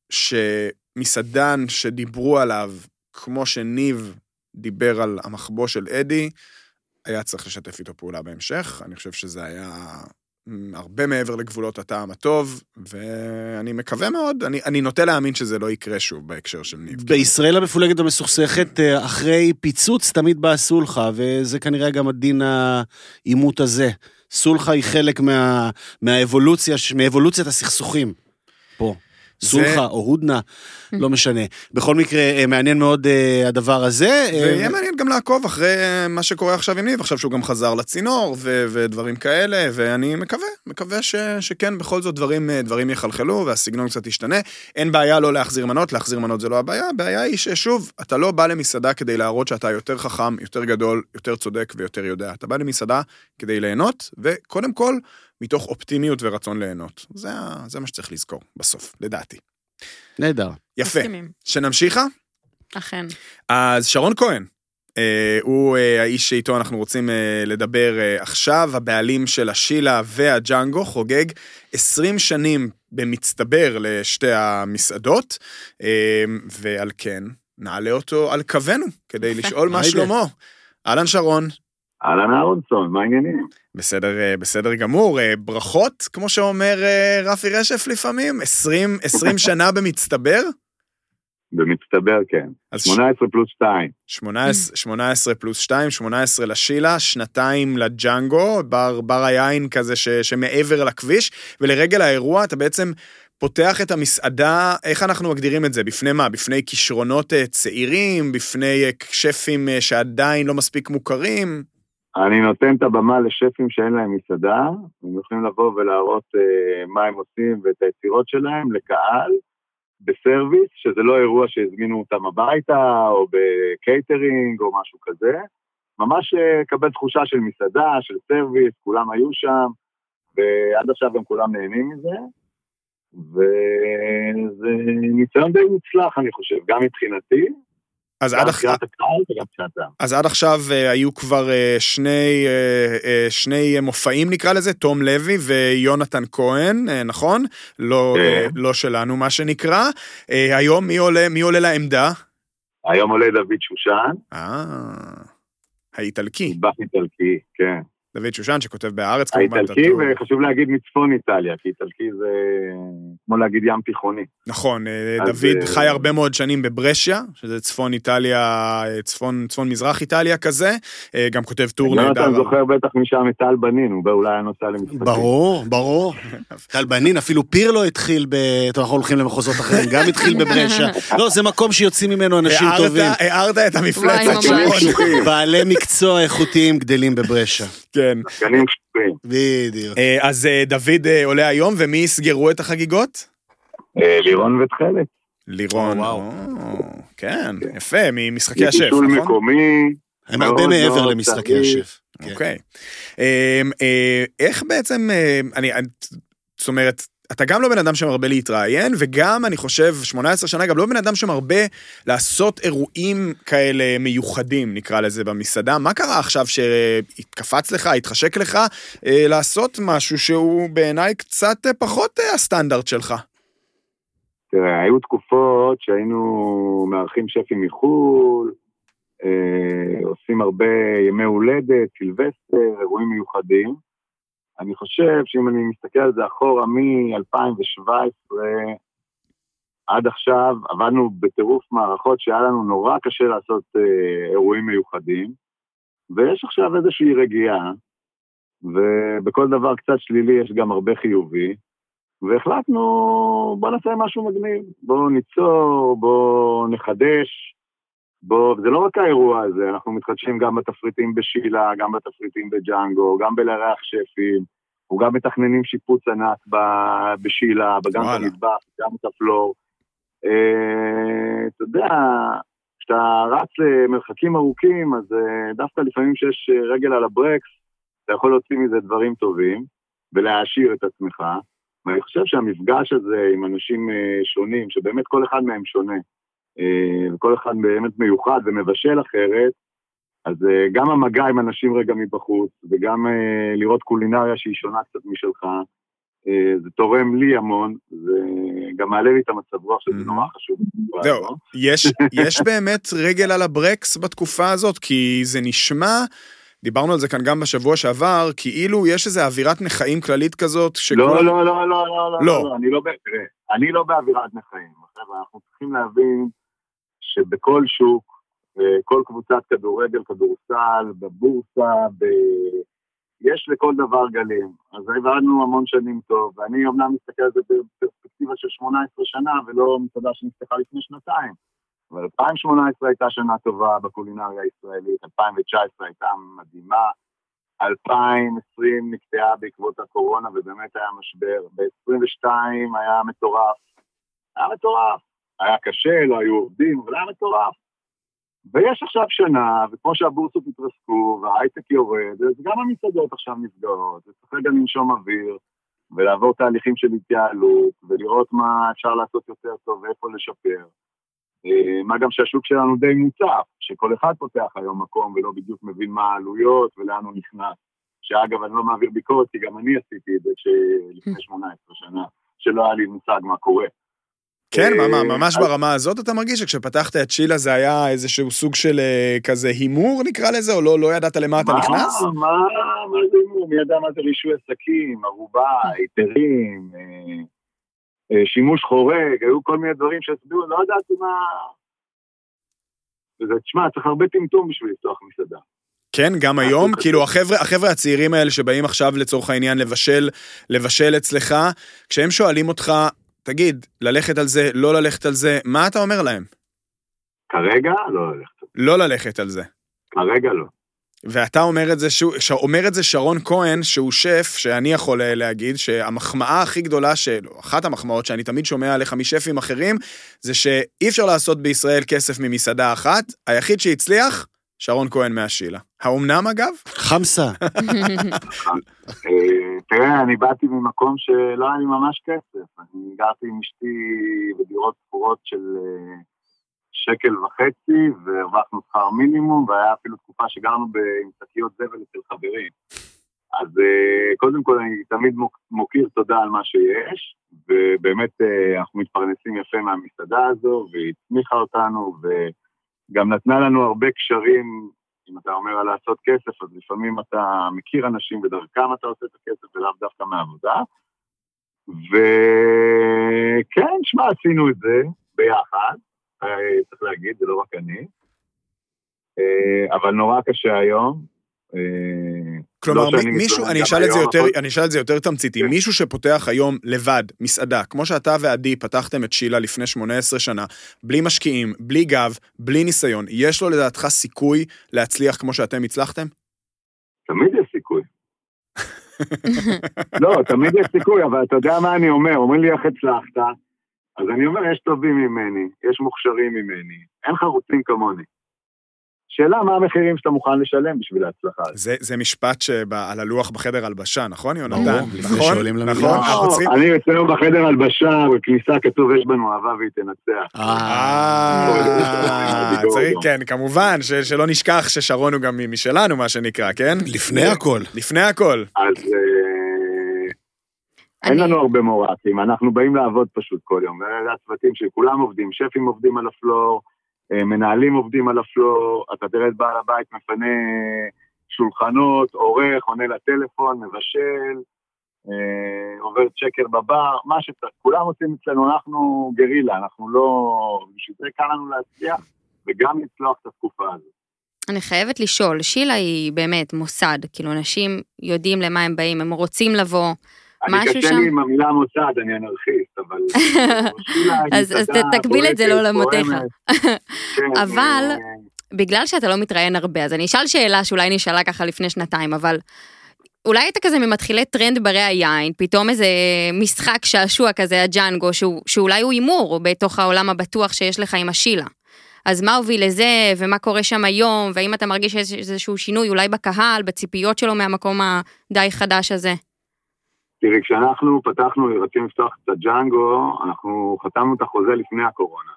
S2: שמסעדן שדיברו עליו, כמו שניב דיבר על המחבוא של אדי, היה צריך לשתף איתו פעולה בהמשך. אני חושב שזה היה... הרבה מעבר לגבולות הטעם הטוב, ואני מקווה מאוד, אני, אני נוטה להאמין שזה לא יקרה שוב בהקשר של ניב.
S1: בישראל המפולגת המסוכסכת, אחרי פיצוץ תמיד באה סולחה, וזה כנראה גם הדין האימות הזה. סולחה היא חלק מה, מהאבולוציה, מאבולוציית הסכסוכים פה. סולחה או הודנה, לא משנה. בכל מקרה, מעניין מאוד הדבר הזה.
S2: ויהיה מעניין גם לעקוב אחרי מה שקורה עכשיו עם ניב, עכשיו שהוא גם חזר לצינור ודברים כאלה, ואני מקווה, מקווה שכן, בכל זאת דברים, דברים יחלחלו, והסגנון קצת ישתנה. אין בעיה לא להחזיר מנות, להחזיר מנות זה לא הבעיה, הבעיה היא ששוב, אתה לא בא למסעדה כדי להראות שאתה יותר חכם, יותר גדול, יותר צודק ויותר יודע. אתה בא למסעדה כדי ליהנות, וקודם כל, מתוך אופטימיות ורצון ליהנות. זה, זה מה שצריך לזכור בסוף, לדעתי.
S1: נהדר.
S2: יפה. שנמשיכה?
S3: אכן.
S2: אז שרון כהן, הוא האיש שאיתו אנחנו רוצים לדבר עכשיו, הבעלים של השילה והג'אנגו, חוגג עשרים שנים במצטבר לשתי המסעדות, ועל כן נעלה אותו על קוונו, כדי לשאול מה שלמה. אהלן שרון.
S5: אהלן אהרונסון, מה העניינים?
S2: בסדר, בסדר גמור, ברכות, כמו שאומר רפי רשף לפעמים, עשרים שנה במצטבר?
S5: במצטבר, כן. שמונה עשרה פלוס שתיים.
S2: שמונה עשרה פלוס שתיים, שמונה עשרה לשילה, שנתיים לג'אנגו, בר, בר היין כזה ש, שמעבר לכביש, ולרגל האירוע אתה בעצם פותח את המסעדה, איך אנחנו מגדירים את זה? בפני מה? בפני כישרונות צעירים, בפני שפים שעדיין לא מספיק מוכרים?
S5: אני נותן את הבמה לשפים שאין להם מסעדה, הם יכולים לבוא ולהראות uh, מה הם עושים ואת היצירות שלהם לקהל, בסרוויס, שזה לא אירוע שהזמינו אותם הביתה, או בקייטרינג, או משהו כזה, ממש קבל תחושה של מסעדה, של סרוויס, כולם היו שם, ועד עכשיו הם כולם נהנים מזה, וזה ניסיון די מוצלח, אני חושב, גם מבחינתי,
S2: אז עד, אח... אז עד עכשיו היו כבר שני, שני מופעים נקרא לזה, תום לוי ויונתן כהן, נכון? לא, לא שלנו מה שנקרא. היום מי עולה, מי עולה לעמדה?
S5: היום עולה דוד שושן.
S2: אה, האיטלקי.
S5: נדבך איטלקי, כן.
S2: דוד שושן שכותב בהארץ כמובן.
S5: האיטלקי, וחשוב להגיד מצפון איטליה, כי איטלקי זה כמו להגיד ים תיכוני.
S2: נכון, דוד חי הרבה מאוד שנים בברשיה, שזה צפון איטליה, צפון, צפון מזרח איטליה כזה, גם כותב טור נהדר.
S5: אתה זוכר בטח משם את טל בנין, הוא אולי הנוסע למשחקים.
S1: ברור, ברור. טל בנין, אפילו פירלו התחיל, אנחנו הולכים למחוזות אחרים, גם התחיל בברשיה. לא, זה מקום שיוצאים ממנו אנשים טובים.
S2: הערת את המפלצת.
S1: בעלי מקצוע איכותיים גדלים בברשיה.
S2: כן.
S5: שחקנים קשורים.
S1: בדיוק.
S2: אז דוד עולה היום, ומי יסגרו את החגיגות?
S5: לירון ותכלת.
S2: לירון, כן, יפה, ממשחקי השף,
S5: נכון? בישול מקומי.
S1: הם הרבה מעבר למשחקי השף.
S2: אוקיי. איך בעצם, אני, זאת אומרת, אתה גם לא בן אדם שמרבה להתראיין, וגם, אני חושב, שמונה עשרה שנה, גם לא בן אדם שמרבה לעשות אירועים כאלה מיוחדים, נקרא לזה, במסעדה. מה קרה עכשיו שהתקפץ לך, התחשק לך, אה, לעשות משהו שהוא בעיניי קצת פחות אה, הסטנדרט שלך?
S5: תראה, היו תקופות שהיינו מארחים שפים מחול, אה, עושים הרבה ימי הולדת, סילבסטר, אירועים מיוחדים. אני חושב שאם אני מסתכל על זה אחורה מ-אלפיים שבע עשרה עד עכשיו, עבדנו בטירוף מערכות שהיה לנו נורא קשה לעשות אה, אירועים מיוחדים, ויש עכשיו איזושהי רגיעה, ובכל דבר קצת שלילי יש גם הרבה חיובי, והחלטנו בוא נעשה משהו מגניב, בוא ניצור, בוא נחדש, בוא, זה לא רק האירוע הזה, אנחנו מתחדשים גם בתפריטים בשילה, גם בתפריטים בג'אנגו, גם בלארח שפים, וגם מתכננים שיפוץ ענק בשילה, גם במטבח, גם את הפלור. אתה יודע, כשאתה רץ למרחקים ארוכים, אז דווקא לפעמים שיש רגל על הברקס, אתה יכול להוציא מזה דברים טובים, ולהעשיר את עצמך, ואני חושב שהמפגש הזה עם אנשים שונים, שבאמת כל אחד מהם שונה, וכל אחד באמת מיוחד ומבשל אחרת, אז גם המגע עם אנשים רגע מבחוץ, וגם לראות קולינריה שהיא שונה קצת משלך, זה תורם לי המון, וגם מעלה לי את המצב רוח שזה נורא חשוב.
S2: זהו, יש באמת רגל על הברקס בתקופה הזאת, כי זה נשמע, דיברנו על זה כאן גם בשבוע שעבר, כאילו יש איזו אווירת נחיים כללית כזאת,
S5: לא, לא, לא, לא, לא, אני לא, אני לא באווירת נחיים, אנחנו צריכים להבין שבכל שוק, כל קבוצת כדורגל, כדורסל, בבורסה, ב... יש לכל דבר גלים. אז עבדנו המון שנים טוב, ואני אומנם מסתכל על זה בפרספקטיבה של שמונה עשרה שנה, ולא מסעדה שנפתחה לפני שנתיים. אבל אלפיים שמונה עשרה הייתה שנה טובה בקולינריה הישראלית, אלפיים תשע עשרה הייתה מדהימה, אלפיים עשרים נקטעה בעקבות הקורונה, ובאמת היה משבר. ב-עשרים ושתיים היה מטורף. היה מטורף. היה קשה, לא היו עובדים, אבל היה מטורף. ויש עכשיו שנה, וכמו שהבורסות התרסקו, וההייטק יורד, אז גם המסעדות עכשיו נפגעות, וצריך רגע לנשום אוויר, ולעבור תהליכים של התייעלות, ולראות מה אפשר לעשות יותר טוב, ואיפה לשפר. מה גם שהשוק שלנו די מוצף, שכל אחד פותח היום מקום ולא בדיוק מבין מה העלויות ולאן הוא נכנס. שאגב, אני לא מעביר ביקורת, כי גם אני עשיתי את זה לפני שמונה עשרה שנה, שלא היה לי מושג מה קורה.
S2: כן, ממש ברמה הזאת אתה מרגיש שכשפתחת את שילה זה היה איזשהו סוג של כזה הימור נקרא לזה, או לא, לא ידעת למה אתה נכנס?
S5: מה, מה, מה זה הימור? מי ידע מה זה רישוי עסקים, ערובה, היתרים, שימוש חורג, היו כל מיני דברים שהסבירו, לא ידעתי מה... וזה, תשמע, צריך הרבה טמטום בשביל לפתוח מסעדה.
S2: כן, גם היום, כאילו החבר'ה, החבר'ה הצעירים האלה שבאים עכשיו לצורך העניין לבשל, לבשל אצלך, כשהם שואלים אותך, תגיד, ללכת על זה, לא ללכת על זה, מה אתה אומר להם?
S5: כרגע לא ללכת.
S2: לא ללכת על זה.
S5: כרגע לא.
S2: ואתה אומר את זה, אומר את זה שרון כהן, שהוא שף, שאני יכול להגיד, שהמחמאה הכי גדולה שלו, אחת המחמאות שאני תמיד שומע עליך משפים אחרים, זה שאי אפשר לעשות בישראל כסף ממסעדה אחת, היחיד שהצליח, שרון כהן מהשילה. האומנם אגב?
S1: חמסה.
S5: תראה, אני באתי ממקום שלא היה לי ממש כסף. אני גרתי עם אשתי בדירות ספורות של שקל וחצי, והרווחנו שכר מינימום, והיה אפילו תקופה שגרנו עם שקיות זבל אצל חברים. אז קודם כל אני תמיד מוקיר תודה על מה שיש, ובאמת אנחנו מתפרנסים יפה מהמסעדה הזו, והיא הצמיחה אותנו, וגם נתנה לנו הרבה קשרים, אם אתה אומר על לעשות כסף, אז לפעמים אתה מכיר אנשים ודרכם אתה עושה את הכסף, ולאו דווקא מהעבודה. וכן, שמה, עשינו את זה ביחד, צריך להגיד, זה לא רק אני, אבל נורא קשה היום.
S2: כלומר, מישהו, אני אשאל את זה יותר, אני אשאל את זה יותר תמציתי, מישהו שפותח היום לבד, מסעדה, כמו שאתה ועדי פתחתם את שילה לפני שמונה עשרה שנה, בלי משקיעים, בלי גב, בלי ניסיון, יש לו לדעתך סיכוי להצליח כמו שאתם הצלחתם?
S5: תמיד יש סיכוי. לא, תמיד יש סיכוי, אבל אתה יודע מה אני אומר, אומרים לי איך הצלחת, אז אני אומר, יש טובים ממני, יש מוכשרים ממני, אין חרוצים כמוני. שאלה מה המחירים שאתה מוכן לשלם בשביל ההצלחה.
S2: זה, זה משפט שעל הלוח בחדר הלבשה, נכון יונתן?
S1: נכון?
S2: נכון?
S5: אני יוצא בחדר הלבשה, בכניסה כתוב יש בנו אהבה והיא תנצח.
S2: אה, צריך, כן, כמובן, שלא נשכח ששרון הוא גם משלנו, מה שנקרא, כן?
S1: לפני הכל.
S2: לפני הכל.
S5: אז אין לנו הרבה מורטים, אנחנו באים לעבוד פשוט כל יום, ואלה הצוותים שכולם עובדים, שפים עובדים על הפלור, מנהלים עובדים על הפלור, אתה תראה את בעל הבית מפנה שולחנות, עורך, עונה לטלפון, מבשל, עובר צ'קר בבר, מה שצריך, כולם עושים אצלנו, אנחנו גרילה, אנחנו לא, בשביל זה קל לנו להצליח, וגם לצלוח את התקופה הזאת.
S3: אני חייבת לשאול, שילה היא באמת מוסד, כאילו אנשים יודעים למה הם באים, הם רוצים לבוא,
S5: אני קשה לי עם המילה מוסד, אני אנרכיסט, אבל...
S3: אז תקביל את זה לעולמותיך. אבל, בגלל שאתה לא מתראיין הרבה, אז אני אשאל שאלה שאולי נשאלה ככה לפני שנתיים, אבל אולי היית כזה ממתחילי טרנד ברי היין, פתאום איזה משחק שעשוע כזה, הג'אנגו, שאולי הוא אימור בתוך העולם הבטוח שיש לך עם השילה. אז מה הוביל לזה, ומה קורה שם היום, והאם אתה מרגיש איזשהו שינוי, אולי בקהל, בציפיות שלו מהמקום הדי חדש הזה?
S5: תראי, כשאנחנו פתחנו, רצינו לפתוח את הג'אנגו, אנחנו חתמנו את החוזה לפני הקורונה.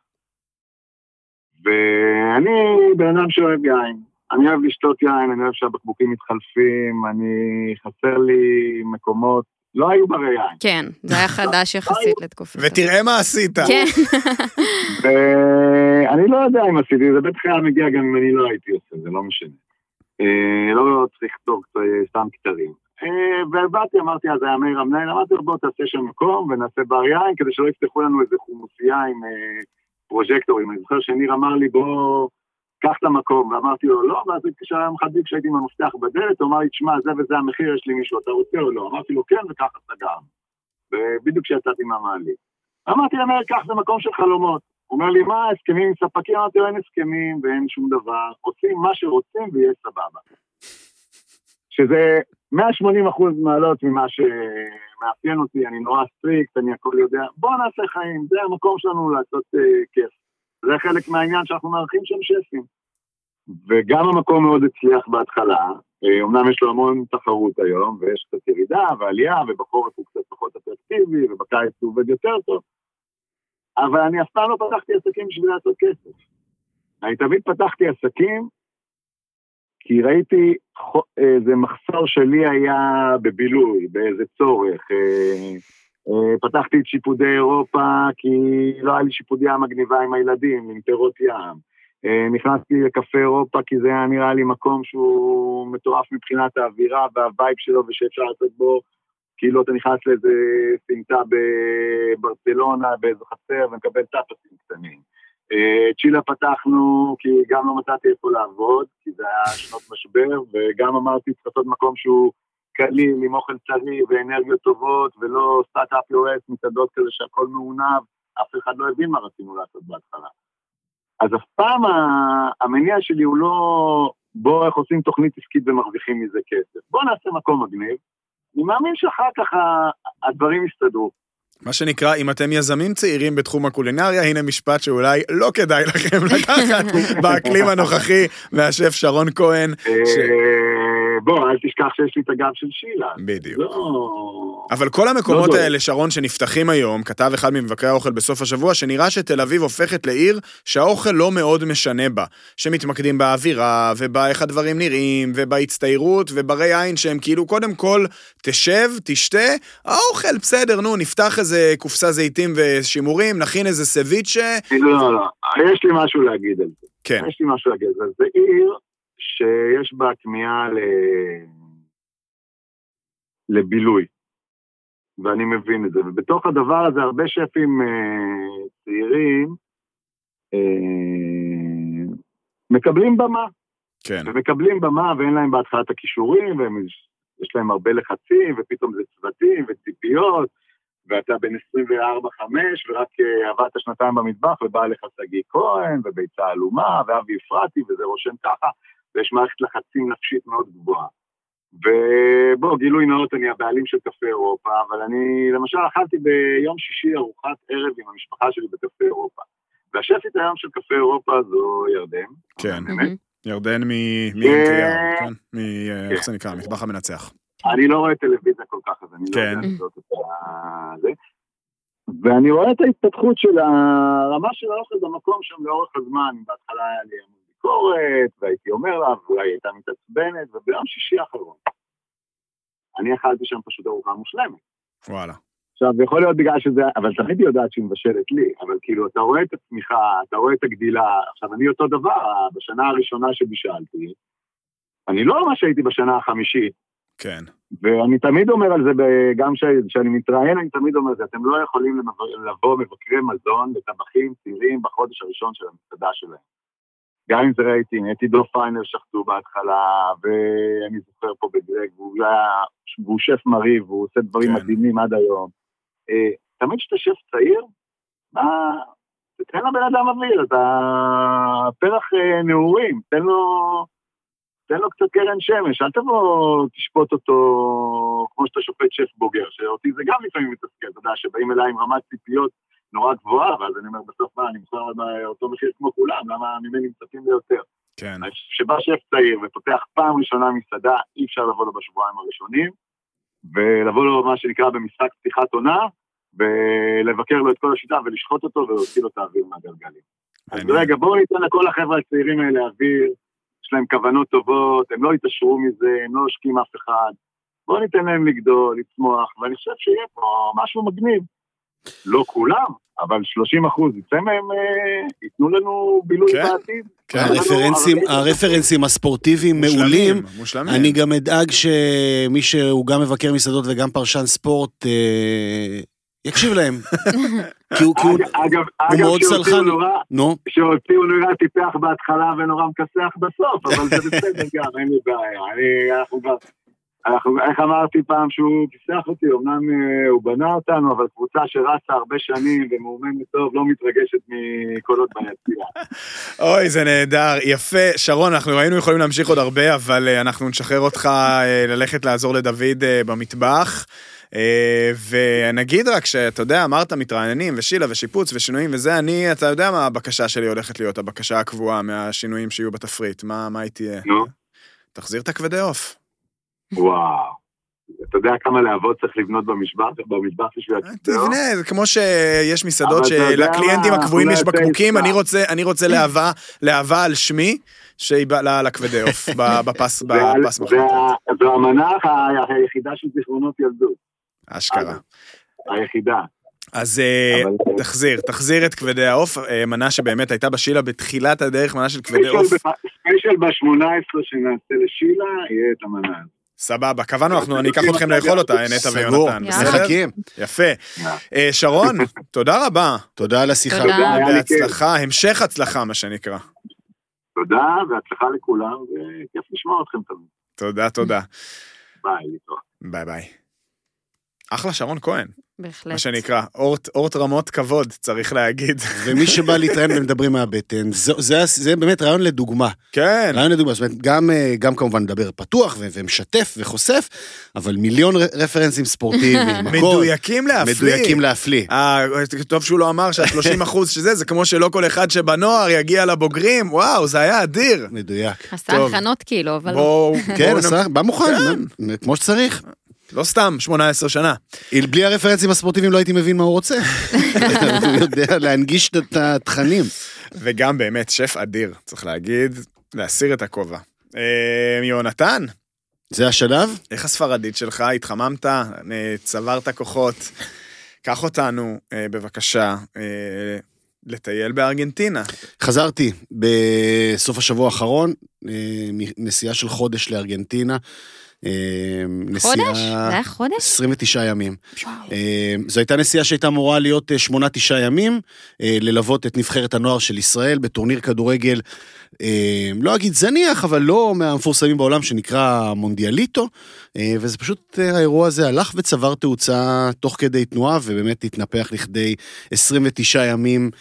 S5: ואני בן אדם שאוהב יין. אני אוהב לשתות יין, אני אוהב שהבקבוקים מתחלפים, אני חסר לי מקומות, לא היו ברי יין.
S3: כן, זה היה חדש יחסית לתקופה.
S2: ותראה מה עשית.
S3: כן.
S5: ואני לא יודע אם עשיתי, זה בטח היה מגיע גם אם אני לא הייתי עושה, זה לא משנה. לא צריך לכתוב סתם קצרים. ובאתי, אמרתי, אז היה מאיר המנהל, אמרתי לו, בוא תעשה שם מקום ונעשה בר יין, כדי שלא יפתחו לנו איזה חומוסייה עם פרוז'קטורים. אני זוכר שניר אמר לי, בוא, קח את המקום, ואמרתי לו, לא, ואז כשהיה מחדיק שהייתי עם המפתח בדלת, הוא אמר לי, תשמע, זה וזה המחיר, יש לי מישהו, אתה רוצה או לא? אמרתי לו, כן, וככה סגר. ובדיוק כשיצאתי מהמעלית. אמרתי לו, מאיר, קח, זה מקום של חלומות. הוא אומר לי, מה, הסכמים עם ספקים? אמרתי לו, אין הסכמים ואין שום דבר, עושים מה שרוצים ויהיה סבבה. שזה מאה ושמונים אחוז מעלות ממה שמאפיין אותי, אני נורא סטריקט, אני הכל יודע, בוא נעשה חיים, זה המקום שלנו לעשות uh, כיף. זה חלק מהעניין שאנחנו מערכים שם שפים. וגם המקום מאוד הצליח בהתחלה, אומנם יש לו המון תחרות היום, ויש קצת ירידה ועלייה, ובחורף הוא קצת פחות אטרקטיבי, ובקיץ הוא עובד יותר טוב. אבל אני אף פעם לא פתחתי עסקים בשביל לעשות כסף. אני תמיד פתחתי עסקים, כי ראיתי איזה מחסור שלי היה בבילוי, באיזה צורך. פתחתי את שיפודי אירופה, כי לא היה לי שיפודיה מגניבה עם הילדים, עם פירות ים. נכנסתי לקפה אירופה, כי זה היה נראה לי מקום שהוא מטורף מבחינת האווירה והווייב שלו, ושאפשר לעשות בו, כאילו אתה נכנס לאיזה סמטה בברצלונה, באיזה חצר, ומקבל טאפסים קטנים. צ'ילה פתחנו, כי גם לא מצאתי איפה לעבוד, כי זה היה שנות משבר, וגם אמרתי, צריך לעשות מקום שהוא קליל, עם אוכל צרי ואנרגיות טובות, ולא סטארט-אפ יועץ, מסעדות כזה שהכל מעונב, אף אחד לא הבין מה רצינו לעשות בהתחלה. אז אף פעם המניע שלי הוא לא, בוא איך עושים תוכנית עסקית ומרוויחים מזה כסף. בוא נעשה מקום מגניב, אני מאמין שאחר כך הדברים יסתדרו.
S2: מה שנקרא, אם אתם יזמים צעירים בתחום הקולינריה, הנה משפט שאולי לא כדאי לכם לקחת באקלים הנוכחי מהשף שרון כהן.
S5: בוא, אל תשכח שיש לי את הגב של שילה.
S2: בדיוק. אבל כל המקומות האלה, שרון, שנפתחים היום, כתב אחד ממבקרי האוכל בסוף השבוע, שנראה שתל אביב הופכת לעיר שהאוכל לא מאוד משנה בה, שמתמקדים באווירה, ובאיך הדברים נראים, ובהצטיירות, וברי עין שהם כאילו קודם כל תשב, תשתה, האוכל בסדר, נו, נפתח איזה קופסה זיתים ושימורים, נכין איזה סביצ'ה.
S5: לא, לא, לא, יש לי משהו להגיד על זה.
S2: כן.
S5: יש לי משהו להגיד על זה. זה עיר שיש בה כמיהה ל... לבילוי. ואני מבין את זה. ובתוך הדבר הזה, הרבה שפים אה, צעירים אה, מקבלים במה.
S2: כן.
S5: ומקבלים במה, ואין להם בהתחלה את הכישורים, ויש להם הרבה לחצים, ופתאום זה צוותים וציפיות, ואתה בן עשרים וארבע חמש, ורק עבדת שנתיים במטבח, ובא לך סגי כהן, וביצה אלומה, ואבי אפרתי, וזה רושם ככה, ויש מערכת לחצים נפשית מאוד גבוהה. ובוא, גילוי נאות, אני הבעלים של קפה אירופה, אבל אני, למשל, אכלתי ביום שישי ארוחת ערב עם המשפחה שלי בקפה אירופה. והשפית היום של קפה אירופה זו ירדן.
S2: כן, ירדן מ-אן כן? איך זה נקרא? מטבח המנצח.
S5: אני לא רואה טלוויזיה כל כך, אז אני לא יודע לזאת את זה. ואני רואה את ההתפתחות של הרמה של האוכל במקום שם לאורך הזמן. בהתחלה היה לי המון ביקורת, והייתי אומר לה, ואולי הייתה מתעצבנת, וביום שישי האחרון. אני אכלתי שם פשוט ארוחה מושלמת.
S2: וואלה.
S5: עכשיו, יכול להיות בגלל שזה, אבל תמיד יודעת שהיא מבשלת לי, אבל כאילו, אתה רואה את הצמיחה, אתה רואה את הגדילה. עכשיו, אני אותו דבר, בשנה הראשונה שבישלתי, אני לא ממש הייתי בשנה החמישית,
S2: כן.
S5: ואני תמיד אומר על זה, גם כשאני מתראיין, אני תמיד אומר על זה, אתם לא יכולים לבוא מבקרי מזון לטבחים צעירים בחודש הראשון של המסעדה שלהם. גם אם זה ראיתי, הייתי דו פיינר שחטו בהתחלה, ואני זוכר פה בגרג, והוא שף מריב, והוא עושה דברים מדהימים עד היום. תמיד שאתה שף צעיר, מה, תתן לבן אדם אוויר, אתה פרח נעורים, תן לו... תן לו קצת קרן שמש, אל תבוא תשפוט אותו כמו שאתה שופט שף בוגר, שאותי זה גם לפעמים מתסכל, אתה יודע, שבאים אליי עם רמת ציפיות נורא גבוהה, ואז אני אומר בסוף מה, אני מוכר אותו מחיר כמו כולם, למה ממני מצפים ליותר?
S2: כן.
S5: שבא שף צעיר ופותח פעם ראשונה מסעדה, אי אפשר לבוא לו בשבועיים הראשונים, ולבוא לו מה שנקרא במשחק פתיחת עונה, ולבקר לו את כל השיטה ולשחוט אותו ולהוציא לו את האוויר מהגלגלים. אז רגע, בואו ניתן לכל החבר'ה הצעירים האלה אוויר, יש להם כוונות טובות, הם לא יתעשרו מזה, הם לא עושקים אף אחד. בואו ניתן להם לגדול, לצמוח, ואני חושב שיהיה פה משהו מגניב. לא כולם, אבל שלושים אחוז יצא מהם, ייתנו לנו בילוי בעתיד.
S1: הרפרנסים הספורטיביים מעולים. אני גם אדאג שמי שהוא גם מבקר מסעדות וגם פרשן ספורט, יקשיב להם.
S5: אגב, שהוציאו נורא טיפח בהתחלה ונורא מכסח בסוף, אבל זה בסדר גם, אין לי בעיה. אנחנו, איך אמרתי פעם שהוא כיסח אותי, אמנם הוא בנה אותנו, אבל קבוצה שרצה הרבה שנים ומאומנת טוב, לא מתרגשת מקולות ביציאה.
S2: אוי, זה נהדר, יפה. שרון, אנחנו היינו יכולים להמשיך עוד הרבה, אבל אנחנו נשחרר אותך ללכת לעזור לדוד במטבח. ונגיד רק שאתה יודע, אמרת מתרעננים ושילה ושיפוץ ושינויים וזה, אני, אתה יודע מה הבקשה שלי הולכת להיות, הבקשה הקבועה מהשינויים שיהיו בתפריט, מה, מה היא תהיה? נו? תחזיר את הכבדי עוף.
S5: וואו, אתה יודע כמה להבות צריך לבנות במשבח, במטבח בשביל הכבדאוף?
S2: תבנה, זה כמו שיש מסעדות שלקליינטים הקבועים יש בקבוקים, אני רוצה להבה על שמי, שהיא לכבדאוף, בפס מחלטות.
S5: זו המנה היחידה של זיכרונות ילדות.
S2: אשכרה.
S5: היחידה.
S2: אז תחזיר, תחזיר את כבדי העוף, מנה שבאמת הייתה בשילה בתחילת הדרך, מנה של כבדי עוף.
S5: ספיישל ב-שמונה עשרה שנעשה לשילה, יהיה את המנה.
S2: סבבה, קבענו, אנחנו, אני אקח אתכם לאכול אותה, נטע ויונתן.
S1: משחקים.
S2: יפה. שרון, תודה רבה.
S1: תודה על השיחה.
S2: בהצלחה, המשך הצלחה, מה שנקרא.
S5: תודה, והצלחה לכולם, וכיף לשמוע אתכם תמיד.
S2: תודה, תודה.
S5: ביי,
S2: ביי ביי. אחלה שרון כהן.
S3: בהחלט.
S2: מה שנקרא, אורט, אורט רמות כבוד, צריך להגיד.
S1: ומי שבא להתראיין ומדברים מהבטן, זה, זה, זה באמת רעיון לדוגמה.
S2: כן.
S1: רעיון לדוגמה, זאת אומרת, גם, גם כמובן מדבר פתוח ו- ומשתף וחושף, אבל מיליון רפרנסים ספורטיביים.
S2: מדויקים להפליא.
S1: מדויקים להפליא.
S2: אה, טוב שהוא לא אמר שה-שלושים אחוז שזה, זה כמו שלא כל אחד שבנוער יגיע לבוגרים, וואו, זה היה אדיר.
S1: מדויק.
S3: עשה הכנות כאילו, אבל...
S2: בואו...
S1: כן, עשה, בא מוכן, כמו שצריך.
S2: לא סתם, שמונה עשרה שנה.
S1: בלי הרפרנסים הספורטיביים לא הייתי מבין מה הוא רוצה. הוא יודע להנגיש את התכנים.
S2: וגם באמת, שף אדיר, צריך להגיד, להסיר את הכובע. יונתן?
S1: זה השלב?
S2: איך הספרדית שלך? התחממת? צברת כוחות? קח אותנו, בבקשה, לטייל בארגנטינה.
S1: חזרתי בסוף השבוע האחרון, נסיעה של חודש לארגנטינה,
S3: חודש? זה היה חודש?
S1: עשרים ותשעה ימים. זו הייתה נסיעה שהייתה אמורה להיות שמונה תשעה ימים, ללוות את נבחרת הנוער של ישראל בטורניר כדורגל, לא אגיד זניח, אבל לא מהמפורסמים בעולם, שנקרא מונדיאליטו, וזה פשוט, האירוע הזה הלך וצבר תאוצה תוך כדי תנועה, ובאמת התנפח לכדי עשרים ותשעה ימים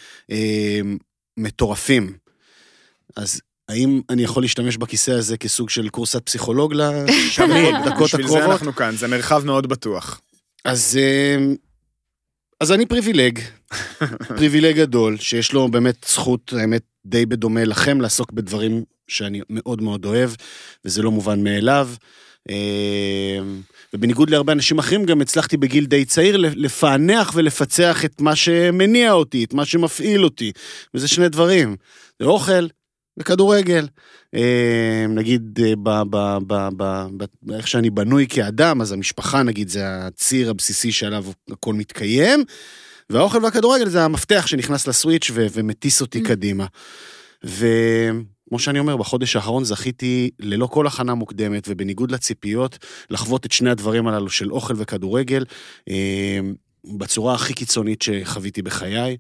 S1: מטורפים. אז האם אני יכול להשתמש בכיסא הזה כסוג של קורסת פסיכולוג לדקות הקרובות?
S2: בשביל זה אנחנו כאן, זה מרחב מאוד בטוח.
S1: אז, אז אני פריבילג, פריבילג גדול, שיש לו באמת זכות, האמת, די בדומה לכם, לעסוק בדברים שאני מאוד מאוד אוהב, וזה לא מובן מאליו. ובניגוד להרבה אנשים אחרים, גם הצלחתי בגיל די צעיר לפענח ולפצח את מה שמניע אותי, את מה שמפעיל אותי. וזה שני דברים. זה אוכל, בכדורגל, נגיד, איך שאני בנוי כאדם, אז המשפחה, נגיד, זה הציר הבסיסי שעליו הכל מתקיים, והאוכל והכדורגל זה המפתח שנכנס לסוויץ' ומטיס אותי קדימה. וכמו שאני אומר, בחודש האחרון זכיתי ללא כל הכנה מוקדמת, ובניגוד לציפיות, לחוות את שני הדברים הללו של אוכל וכדורגל, בצורה הכי קיצונית שחוויתי בחיי,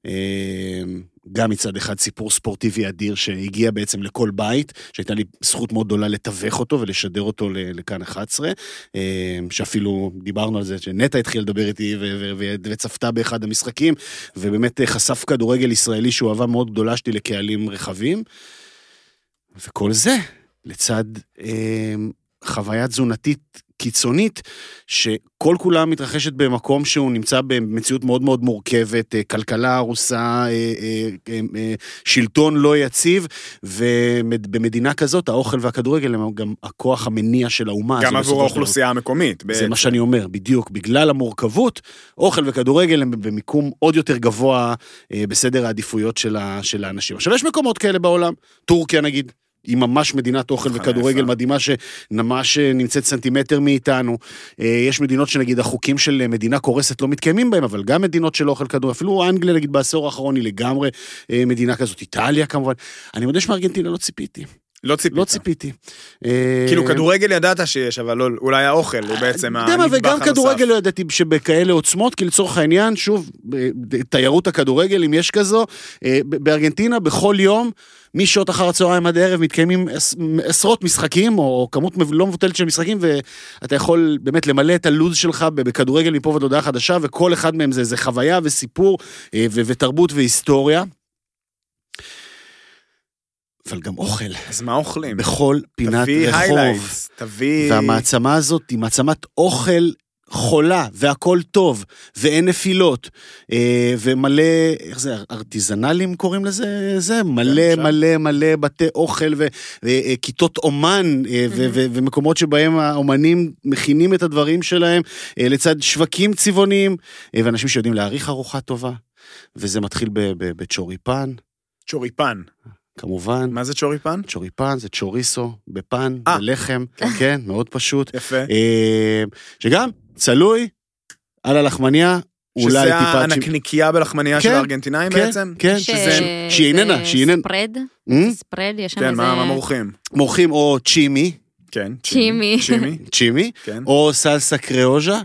S1: גם מצד אחד סיפור ספורטיבי אדיר שהגיע בעצם לכל בית, שהייתה לי זכות מאוד גדולה לתווך אותו ולשדר אותו לכאן אחת עשרה, שאפילו דיברנו על זה, שנטע התחיל לדבר איתי וצפתה באחד המשחקים, ובאמת חשף כדורגל ישראלי שהוא אהבה מאוד גדולה שלי לקהלים רחבים, וכל זה לצד חוויה תזונתית קיצונית, שכל כולה מתרחשת במקום שהוא נמצא במציאות מאוד מאוד מורכבת, כלכלה הרוסה, שלטון לא יציב, ובמדינה כזאת, האוכל והכדורגל הם גם הכוח המניע של האומה.
S2: גם עבור האוכלוסייה המקומית.
S1: זה מה שאני אומר, בדיוק, בגלל המורכבות, אוכל וכדורגל הם במיקום עוד יותר גבוה בסדר העדיפויות של האנשים. עכשיו, יש מקומות כאלה בעולם, טורקיה נגיד, היא ממש מדינת אוכל וכדורגל מדהימה שממש נמצאת סנטימטר מאיתנו. יש מדינות שנגיד החוקים של מדינה קורסת לא מתקיימים בהם, אבל גם מדינות של אוכל כדורגל, אפילו אנגליה נגיד בעשור האחרון היא לגמרי מדינה כזאת, איטליה כמובן. אני מודה שמארגנטינה לא ציפיתי.
S2: לא ציפית.
S1: לא ציפיתי.
S2: כאילו כדורגל ידעת שיש, אבל אולי האוכל הוא בעצם הנדבך הנוסף.
S1: וגם כדורגל לא ידעתי שבכאלה עוצמות, כי לצורך העניין, שוב, תיירות הכדורגל, אם יש כזו, בארגנטינה בכל יום, משעות אחר הצהריים עד הערב מתקיימים עשרות משחקים, או כמות לא מבוטלת של משחקים, ואתה יכול באמת למלא את הלוז שלך בכדורגל מפה ועד הודעה חדשה, וכל אחד מהם זה, זה חוויה וסיפור, ותרבות והיסטוריה. אבל גם אוכל.
S2: אז מה אוכלים?
S1: בכל פינת
S2: תביא
S1: רחוב.
S2: highlights, תביא...
S1: והמעצמה הזאת היא מעצמת אוכל חולה, והכל טוב, ואין נפילות, ומלא, איך זה, ארטיזנלים קוראים לזה? זה מלא, מלא, מלא בתי אוכל, וכיתות אומן, ומקומות שבהם האומנים מכינים את הדברים שלהם, לצד שווקים צבעוניים, ואנשים שיודעים להעריך ארוחה טובה, וזה מתחיל בצ'וריפן.
S2: צ'וריפן.
S1: כמובן.
S2: מה זה צ'וריפן?
S1: צ'וריפן זה צ'וריסו, בפן, בלחם, כן, מאוד פשוט.
S2: יפה.
S1: שגם צלוי על הלחמניה,
S2: שזה הנקניקייה בלחמניה של הארגנטינאים בעצם?
S1: כן, שהיא איננה, שהיא איננה.
S3: ספרד? ספרד, יש שם
S2: כן,
S3: איזה...
S2: מה מורחים?
S1: מורחים או צ'ימי.
S2: כן.
S3: צ'ימי.
S1: צ'ימי. או סלסה קריאוז'ה.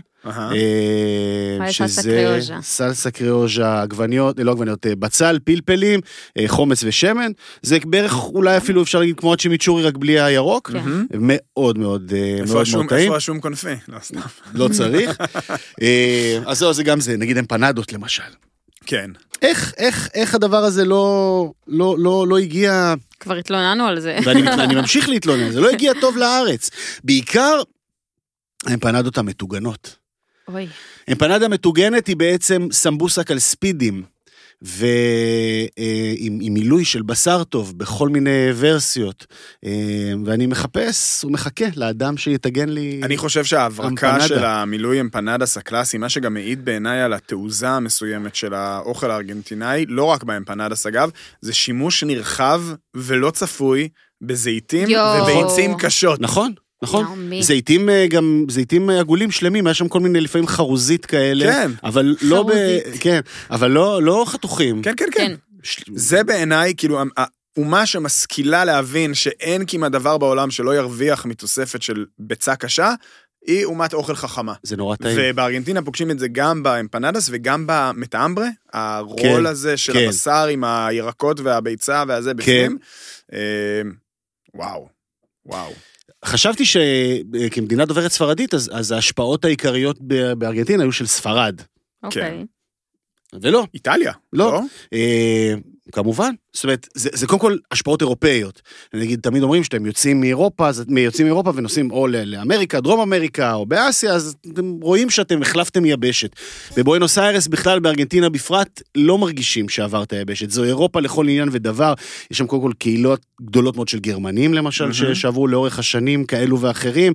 S1: שזה סלסה קריאוז'ה, עגבניות, לא עגבניות, בצל, פלפלים, חומץ ושמן, זה בערך אולי אפילו אפשר להגיד כמו הצ'ימיצ'ורי רק בלי הירוק, מאוד מאוד מאוד מאוד טעים.
S2: איפה השום קונפי? לא סתם.
S1: לא צריך. אז זהו, זה גם זה, נגיד אמפנדות למשל.
S2: כן.
S1: איך, איך, איך הדבר הזה לא, לא, לא, לא הגיע...
S3: כבר התלוננו על זה.
S1: ואני ממשיך להתלונן, זה לא הגיע טוב לארץ. בעיקר האמפנדות המטוגנות.
S3: אוי.
S1: אמפנדה מטוגנת היא בעצם סמבוסק על ספידים, ועם מילוי של בשר טוב בכל מיני ורסיות, ואני מחפש ומחכה לאדם שיתגן לי.
S2: אני חושב שההברקה של המילוי אמפנדס הקלאסי, מה שגם מעיד בעיניי על התעוזה המסוימת של האוכל הארגנטינאי, לא רק באמפנדס אגב, זה שימוש נרחב ולא צפוי בזיתים וביצים קשות.
S1: נכון. נכון? זיתים גם, זיתים עגולים שלמים, היה שם כל מיני לפעמים חרוזית כאלה,
S2: כן.
S1: אבל לא ב... כן, אבל לא, לא חתוכים.
S2: כן, כן, כן. זה בעיניי, כאילו, האומה שמשכילה להבין שאין כמעט דבר בעולם שלא ירוויח מתוספת של ביצה קשה, היא אומת אוכל חכמה.
S1: זה נורא טעים.
S2: ובארגנטינה פוגשים את זה גם באמפנדס וגם במטאמברה, הרול הזה של הבשר עם הירקות והביצה והזה בפנים. וואו, וואו.
S1: חשבתי שכמדינה דוברת ספרדית, אז, אז ההשפעות העיקריות בארגנטינה היו של ספרד.
S3: אוקיי.
S1: ולא.
S2: איטליה.
S1: לא. לא? אה, כמובן. זאת אומרת, זה, זה קודם כל השפעות אירופאיות. נגיד, תמיד אומרים שאתם יוצאים מאירופה, אז יוצאים מאירופה ונוסעים או לאמריקה, דרום אמריקה, או באסיה, אז אתם רואים שאתם החלפתם יבשת. בבואנוס איירס בכלל, בארגנטינה בפרט, לא מרגישים שעברת יבשת. זו אירופה לכל עניין ודבר. יש שם קודם כל קהילות גדולות מאוד של גרמנים, למשל, mm-hmm. שעברו לאורך השנים כאלו ואחרים.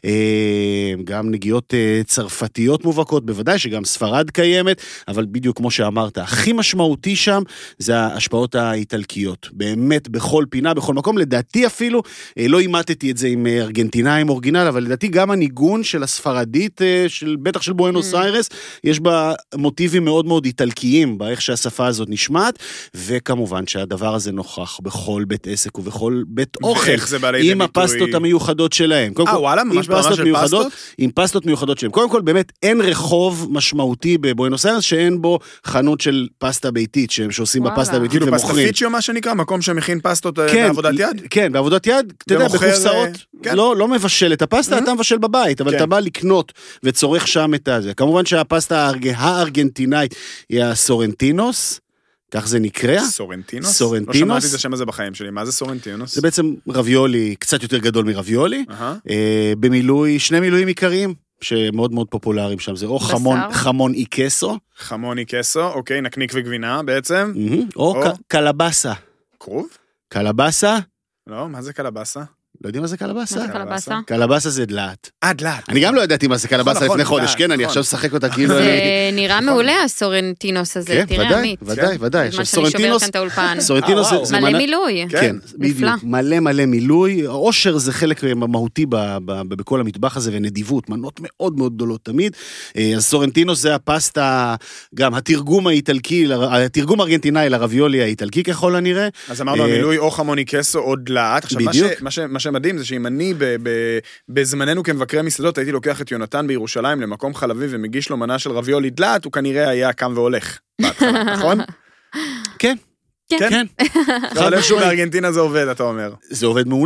S1: גם נגיעות צרפתיות מובהקות, בוודאי שגם ספרד קיימת, אבל בדיוק כמו שאמרת, הכי משמעותי שם, זה ההשפעות האיטלקיות. באמת, בכל פינה, בכל מקום, לדעתי אפילו, לא אימתתי את זה עם ארגנטינאים אורגינל, אבל לדעתי גם הניגון של הספרדית, של, בטח של בואנוס איירס, יש בה מוטיבים מאוד מאוד איטלקיים, באיך שהשפה הזאת נשמעת, וכמובן שהדבר הזה נוכח בכל בית עסק ובכל בית אוכל, עם הפסטות המיוחדות שלהם.
S2: אה, וואלה, ממש ברמה של פסטות?
S1: עם פסטות מיוחדות שלהם. קודם כל, באמת, אין רחוב משמעותי בבואנוס איירס, שאין בו חנות של פסטה ביתית, שהם שעושים בפסטה ביתית
S2: ומוכרים. פסטה פיצ'יו, מה שנקרא, מקום שמכין פסטות בעבודת יד?
S1: כן, בעבודת יד, אתה יודע, בקופסאות, לא מבשל את הפסטה, אתה מבשל בבית, אבל אתה בא לקנות וצורך שם את זה. כמובן שהפסטה הארגנטינאית היא הסורנטינוס, כך זה נקרא.
S2: סורנטינוס?
S1: סורנטינוס.
S2: לא שמעתי את השם הזה בחיים שלי, מה זה סורנטינוס?
S1: זה בעצם רביולי, קצת יותר גדול מרביולי, במילוי, שני מילואים עיקריים, שמאוד מאוד פופולריים שם, זה או חמון, חמון איקסו.
S2: חמון איקסו, אוקיי, נקניק וגבינה בעצם.
S1: או קלבסה.
S2: כרוב?
S1: קלבסה.
S2: לא, מה זה קלבסה?
S1: לא יודעים מה זה קלבסה?
S3: מה זה קלבסה?
S1: קלבסה זה דלעת.
S2: אה, דלעת.
S1: אני גם לא ידעתי מה זה קלבסה לפני חודש, כן, אני עכשיו שחק אותה כאילו...
S3: זה נראה מעולה הסורנטינוס הזה, תראה עמית.
S1: ודאי, ודאי.
S3: מה שאני שובר כאן את האולפן.
S1: סורנטינוס זה...
S3: מלא מילוי.
S1: כן, בדיוק. מלא מלא מילוי. העושר זה חלק מהותי בכל המטבח הזה, ונדיבות, מנות מאוד מאוד גדולות תמיד. אז סורנטינוס זה הפסטה, גם התרגום האיטלקי, התרגום הארגנטינאי לרביולי האיטלקי ככל הנראה.
S2: אז אמרנו, המילוי או חמון איקסו או דלעת. עכשיו, מה שמדהים זה שאם אני בזמננו כמבקרי מסעדות הייתי לוקח את יונתן בירושלים למקום חלבי ומגיש לו מנה של רביולי דלעת, הוא כנראה היה קם והולך בהתחלה, נכון?
S1: כן.
S3: כן.
S1: כן.
S2: אבל איזשהו בארגנטינה זה עובד, אתה אומר.
S1: זה עובד מעולה.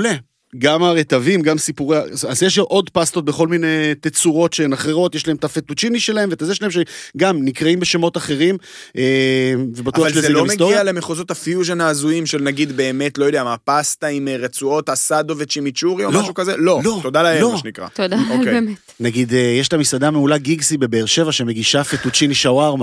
S1: גם הרטבים, גם סיפורי, אז יש עוד פסטות בכל מיני תצורות שהן אחרות, יש להם את הפטוצ'יני שלהם, ואת זה שלהם שגם נקראים בשמות אחרים, ובטוח
S2: אבל זה לא מגיע למחוזות הפיוז'ן ההזויים של נגיד באמת, לא יודע, מה, פסטה עם רצועות אסדו וצ'ימיצ'ורי או משהו כזה? לא, תודה לאל, מה שנקרא.
S3: תודה, באמת.
S1: נגיד, יש את המסעדה המעולה גיגסי בבאר שבע, שמגישה פטוצ'יני שווארמה.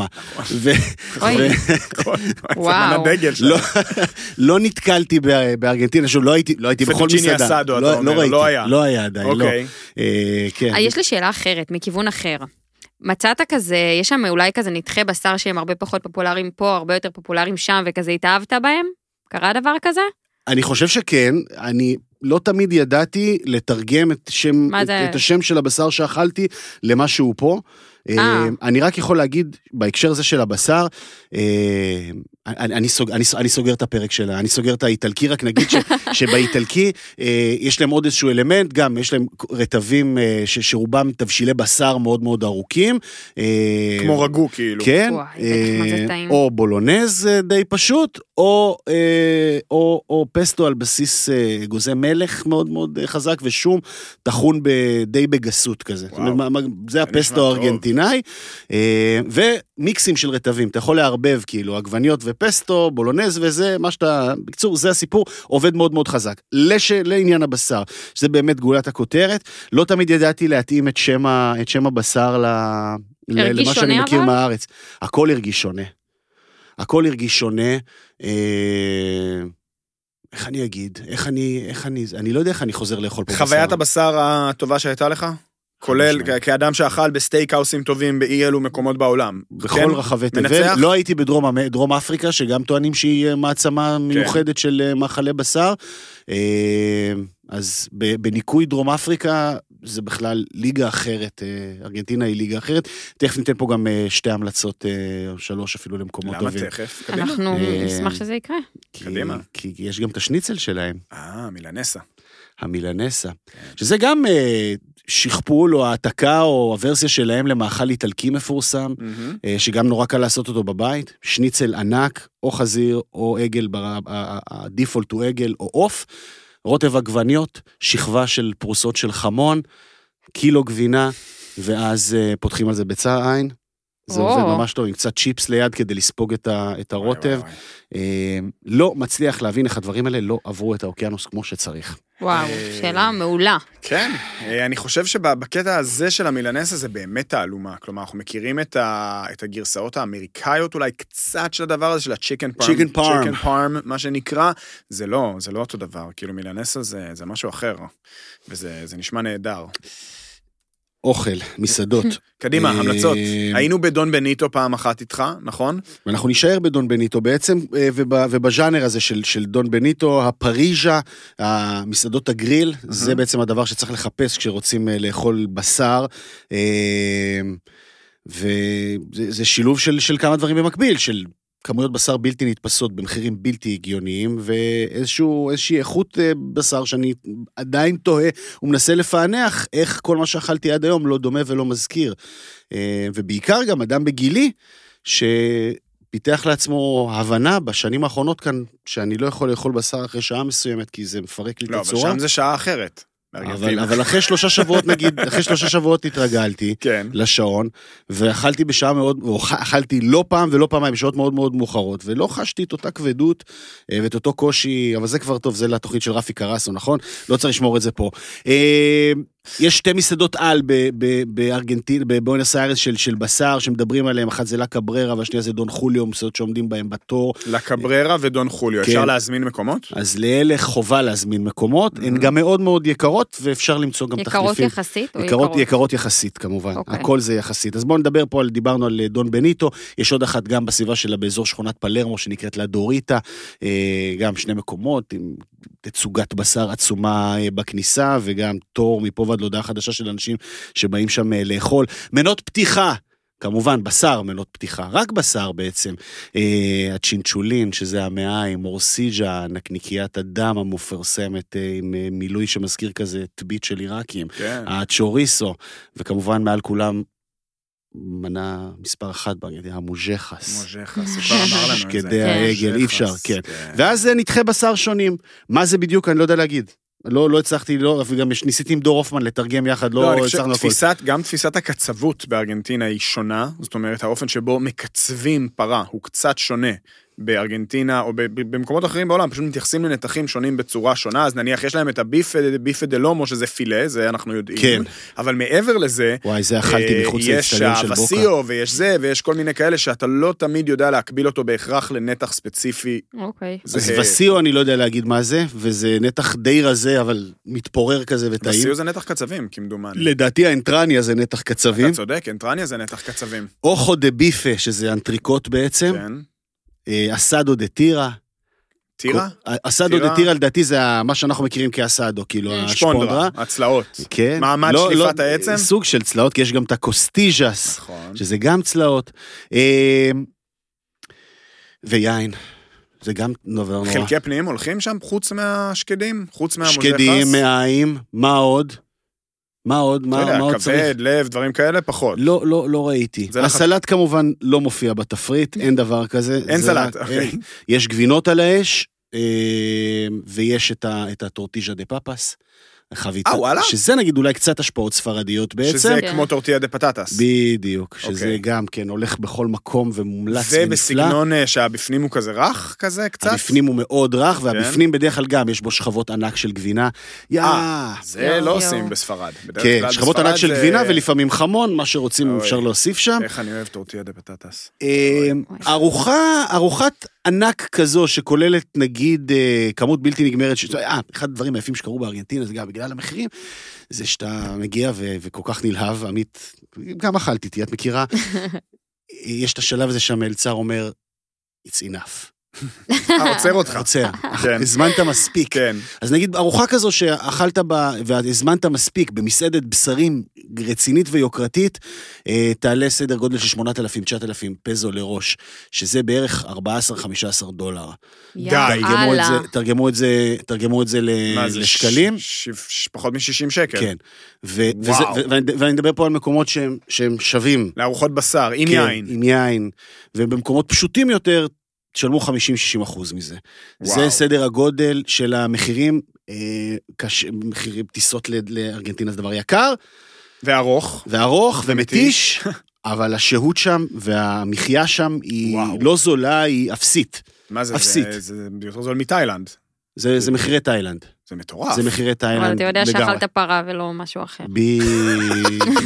S3: וואו.
S1: לא נתקלתי בארגנטינה, שוב, לא הייתי בכל מסעדה.
S2: לא, לא, אומר,
S1: ראיתי,
S2: לא היה.
S1: לא היה עדיין,
S2: אוקיי.
S1: לא. אה, כן.
S3: יש לי שאלה אחרת, מכיוון אחר. מצאת כזה, יש שם אולי כזה נתחי בשר שהם הרבה פחות פופולריים פה, הרבה יותר פופולריים שם, וכזה התאהבת בהם? קרה דבר כזה?
S1: אני חושב שכן, אני לא תמיד ידעתי לתרגם את, שם, את, את השם של הבשר שאכלתי למה שהוא פה. אה. אני רק יכול להגיד, בהקשר הזה של הבשר, אני, אני, סוג, אני, אני סוגר את הפרק שלה, אני סוגר את האיטלקי, רק נגיד ש, שבאיטלקי יש להם עוד איזשהו אלמנט, גם יש להם רטבים ש, שרובם תבשילי בשר מאוד מאוד ארוכים.
S2: כמו רגו כאילו.
S1: כן,
S3: וואי,
S1: או בולונז די פשוט, או, או, או פסטו על בסיס גוזי מלך מאוד מאוד חזק, ושום תחון די בגסות כזה. זאת אומרת, זה הפסטו הארגנטינאי, ומיקסים של רטבים, אתה יכול להרבב כאילו עגבניות ופסטו, בולונז וזה, מה שאתה, בקצור, זה הסיפור, עובד מאוד מאוד חזק. לש, לעניין הבשר, שזה באמת גאולת הכותרת, לא תמיד ידעתי להתאים את שם, את שם הבשר ל, למה שאני מכיר אבל? מהארץ. הכל הרגיש שונה. הכל הרגיש שונה, אה, איך אני אגיד, איך אני, איך אני, אני לא יודע איך אני חוזר לאכול פה בשר.
S2: חוויית הבשר הטובה שהייתה לך? כולל כאדם שאכל בסטייקאוסים טובים באי אלו מקומות בעולם.
S1: בכל רחבי תבל. לא הייתי בדרום אפריקה, שגם טוענים שהיא מעצמה מיוחדת של מאכלי בשר. אז בניקוי דרום אפריקה, זה בכלל ליגה אחרת, ארגנטינה היא ליגה אחרת. תכף ניתן פה גם שתי המלצות, או שלוש אפילו למקומות טובים.
S2: למה תכף?
S3: אנחנו נשמח שזה יקרה.
S2: קדימה.
S1: כי יש גם את השניצל שלהם.
S2: אה, מילנסה.
S1: המילנסה. שזה גם שכפול או העתקה או הוורסיה שלהם למאכל איטלקי מפורסם, שגם נורא קל לעשות אותו בבית. שניצל ענק, או חזיר, או עגל, הדיפולט הוא עגל, או אוף. רוטב עגבניות, שכבה של פרוסות של חמון, קילו גבינה, ואז פותחים על זה בצע עין. זה עובד ממש טוב, עם קצת צ'יפס ליד כדי לספוג את הרוטב. לא מצליח להבין איך הדברים האלה לא עברו את האוקיינוס כמו שצריך.
S3: וואו, שאלה מעולה.
S2: כן, אני חושב שבקטע הזה של המילנסה זה באמת תעלומה. כלומר, אנחנו מכירים את הגרסאות האמריקאיות אולי קצת של הדבר הזה, של הצ'יקן פארם.
S1: צ'יקן פארם.
S2: צ'יקן פארם, מה שנקרא. זה לא, זה לא אותו דבר. כאילו מילנסה זה, זה משהו אחר. וזה, זה נשמע נהדר.
S1: אוכל, מסעדות.
S2: קדימה, המלצות. היינו בדון בניטו פעם אחת איתך, נכון?
S1: ואנחנו נשאר בדון בניטו בעצם, ובז'אנר הזה של, של דון בניטו, הפריז'ה, המסעדות הגריל, זה בעצם הדבר שצריך לחפש כשרוצים לאכול בשר, וזה שילוב של, של כמה דברים במקביל, של כמויות בשר בלתי נתפסות, במחירים בלתי הגיוניים, ואיזושהי איכות בשר שאני עדיין תוהה, ומנסה לפענח איך כל מה שאכלתי עד היום לא דומה ולא מזכיר. ובעיקר גם אדם בגילי, שפיתח לעצמו הבנה בשנים האחרונות כאן, שאני לא יכול לאכול בשר אחרי שעה מסוימת, כי זה מפרק לי את הצורה.
S2: לא, אבל שם זה שעה אחרת.
S1: אבל, אבל אחרי שלושה שבועות, נגיד, אחרי שלושה שבועות התרגלתי
S2: כן.
S1: לשעון, ואכלתי בשעה מאוד, או אכלתי לא פעם ולא פעמיים, בשעות מאוד מאוד מאוחרות, ולא חשתי את אותה כבדות, ואת אותו קושי, אבל זה כבר טוב, זה לתוכנית של רפי קרסו, נכון? לא צריך לשמור את זה פה. יש שתי מסעדות על בארגנטינה, בבואנוס איירס של, של בשר, שמדברים עליהם, אחת זה לה קבררה, והשנייה זה דון חוליו, מסעדות שעומדים בהם בתור.
S2: לה קבררה ודון חוליו, כן. אפשר להזמין מקומות?
S1: אז לאלה חובה להזמין מקומות, mm-hmm. הן גם מאוד מאוד יקרות, ואפשר למצוא גם
S3: יקרות
S1: תחליפים.
S3: יחסית או
S1: יקרות,
S3: יקרות?
S1: יקרות יחסית, כמובן. Okay. הכל זה יחסית. אז בואו נדבר פה, על, דיברנו על דון בניטו, יש עוד אחת גם בסביבה שלה, באזור שכונת פלרמו, שנקראת לה דוריטה, גם שני מקומות, עם תצוגת בשר עצומה בכניסה, וגם תור מפה ועד להודעה חדשה של אנשים שבאים שם לאכול. מנות פתיחה, כמובן בשר, מנות פתיחה, רק בשר בעצם. אה, הצ'ינצ'ולין, שזה המאה, מורסיג'ה, נקניקיית הדם המופרסמת, אה, עם מילוי שמזכיר כזה טבית של עיראקים.
S2: כן.
S1: הצ'וריסו, וכמובן מעל כולם, מנה מספר אחת בארגנטינה, המוז'חס.
S2: מוז'חס, הוא כבר אמר לנו את זה.
S1: כדי העגל, אי אפשר, כן. ואז נדחה בשר שונים. מה זה בדיוק? אני לא יודע להגיד. לא, לא הצלחתי, לא, וגם ניסיתי עם דור הופמן לתרגם יחד, לא,
S2: לא
S1: הצלחנו הכל.
S2: תפיסת, גם תפיסת הקצוות בארגנטינה היא שונה, זאת אומרת, האופן שבו מקצבים פרה הוא קצת שונה בארגנטינה או במקומות אחרים בעולם, פשוט מתייחסים לנתחים שונים בצורה שונה, אז נניח יש להם את הביפה דה לומו, שזה פילה, זה אנחנו יודעים,
S1: כן.
S2: אבל מעבר לזה,
S1: וואי, זה אכלתי מחוץ לאצטדיון של בוקה.
S2: יש הווסיו ויש זה, ויש כל מיני כאלה שאתה לא תמיד יודע להקביל אותו בהכרח לנתח ספציפי.
S3: אוקיי.
S1: אז וסיו אני לא יודע להגיד מה זה, וזה נתח די רזה, אבל מתפורר כזה וטעים.
S2: וסיו זה נתח קצבים, כמדומני.
S1: לדעתי האנטרניה זה נתח קצבים.
S2: אתה צודק, אנטרניה זה נתח קצבים.
S1: אוחו דה ביפה, שזה אנטריקוט בעצם.
S2: כן.
S1: אסדו דה טירה.
S2: טירה?
S1: אסדו דה טירה לדעתי זה מה שאנחנו מכירים כאסדו, כאילו השפונדרה.
S2: הצלעות.
S1: כן.
S2: מעמד שליפת העצם?
S1: סוג של צלעות, כי יש גם את הקוסטיג'ס, שזה גם צלעות. ויין. זה גם נובר נורא.
S2: חלקי פנים הולכים שם חוץ מהשקדים? חוץ מהמוז'חס?
S1: שקדים, מעיים, מה עוד? מה עוד? מה עוד צריך?
S2: כבד, לב, דברים כאלה, פחות.
S1: לא, לא, לא ראיתי. הסלט כמובן לא מופיע בתפריט, אין דבר כזה.
S2: אין סלט, אוקיי.
S1: יש גבינות על האש, ויש את הטורטיז'ה דה פאפס. חביתה,
S2: אה, וואלה?
S1: שזה נגיד אולי קצת השפעות ספרדיות בעצם.
S2: שזה כמו טורטיה דה פטטס.
S1: בדיוק, שזה גם כן הולך בכל מקום ומומלץ ונפלא.
S2: ובסגנון שהבפנים הוא כזה רך כזה קצת?
S1: הבפנים הוא מאוד רך, והבפנים בדרך כלל גם יש בו שכבות ענק של גבינה.
S2: אה, זה לא עושים בספרד.
S1: כן, שכבות ענק של גבינה ולפעמים חמון, מה שרוצים אפשר להוסיף שם.
S2: איך אני אוהב טורטיה דה פטטס.
S1: ארוחה, ארוחת ענק כזו שכוללת נגיד כמות בלתי נגמרת, אה, אחד הדברים היפים שקרו בארגנטינה, זה גם בגלל המחירים, זה שאתה מגיע ו- וכל כך נלהב, עמית, גם אכלתי איתי, את מכירה, יש את השלב הזה שהמלצר אומר, it's enough.
S2: אה, עוצר אותך.
S1: עוצר, הזמנת מספיק.
S2: כן.
S1: אז נגיד, ארוחה כזו שאכלת בה, והזמנת מספיק, במסעדת בשרים רצינית ויוקרתית, תעלה סדר גודל של שמונת אלפים תשעת אלפים פזו לראש, שזה בערך ארבעה עשר חמישה עשר דולר.
S2: די.
S1: תרגמו את זה, תרגמו את זה לשקלים.
S2: פחות מ-שישים שקל.
S1: כן. ואני מדבר פה על מקומות שהם שווים.
S2: לארוחות בשר, עם יין.
S1: עם יין. ובמקומות פשוטים יותר, תשלמו חמישים שישים אחוז מזה. וואו. זה סדר הגודל של המחירים, אה, קש... מחירים טיסות לארגנטינה זה דבר יקר.
S2: וארוך.
S1: וארוך ומתיש, אבל השהות שם והמחיה שם היא וואו. לא זולה, היא אפסית.
S2: מה זה?
S1: אפסית.
S2: זה, זה יותר זול מתאילנד.
S1: זה, זה מחירי תאילנד.
S2: זה מטורף.
S1: זה מחירי תאילנד.
S3: אבל אתה יודע שאכלת פרה ולא משהו אחר.
S1: בדיוק.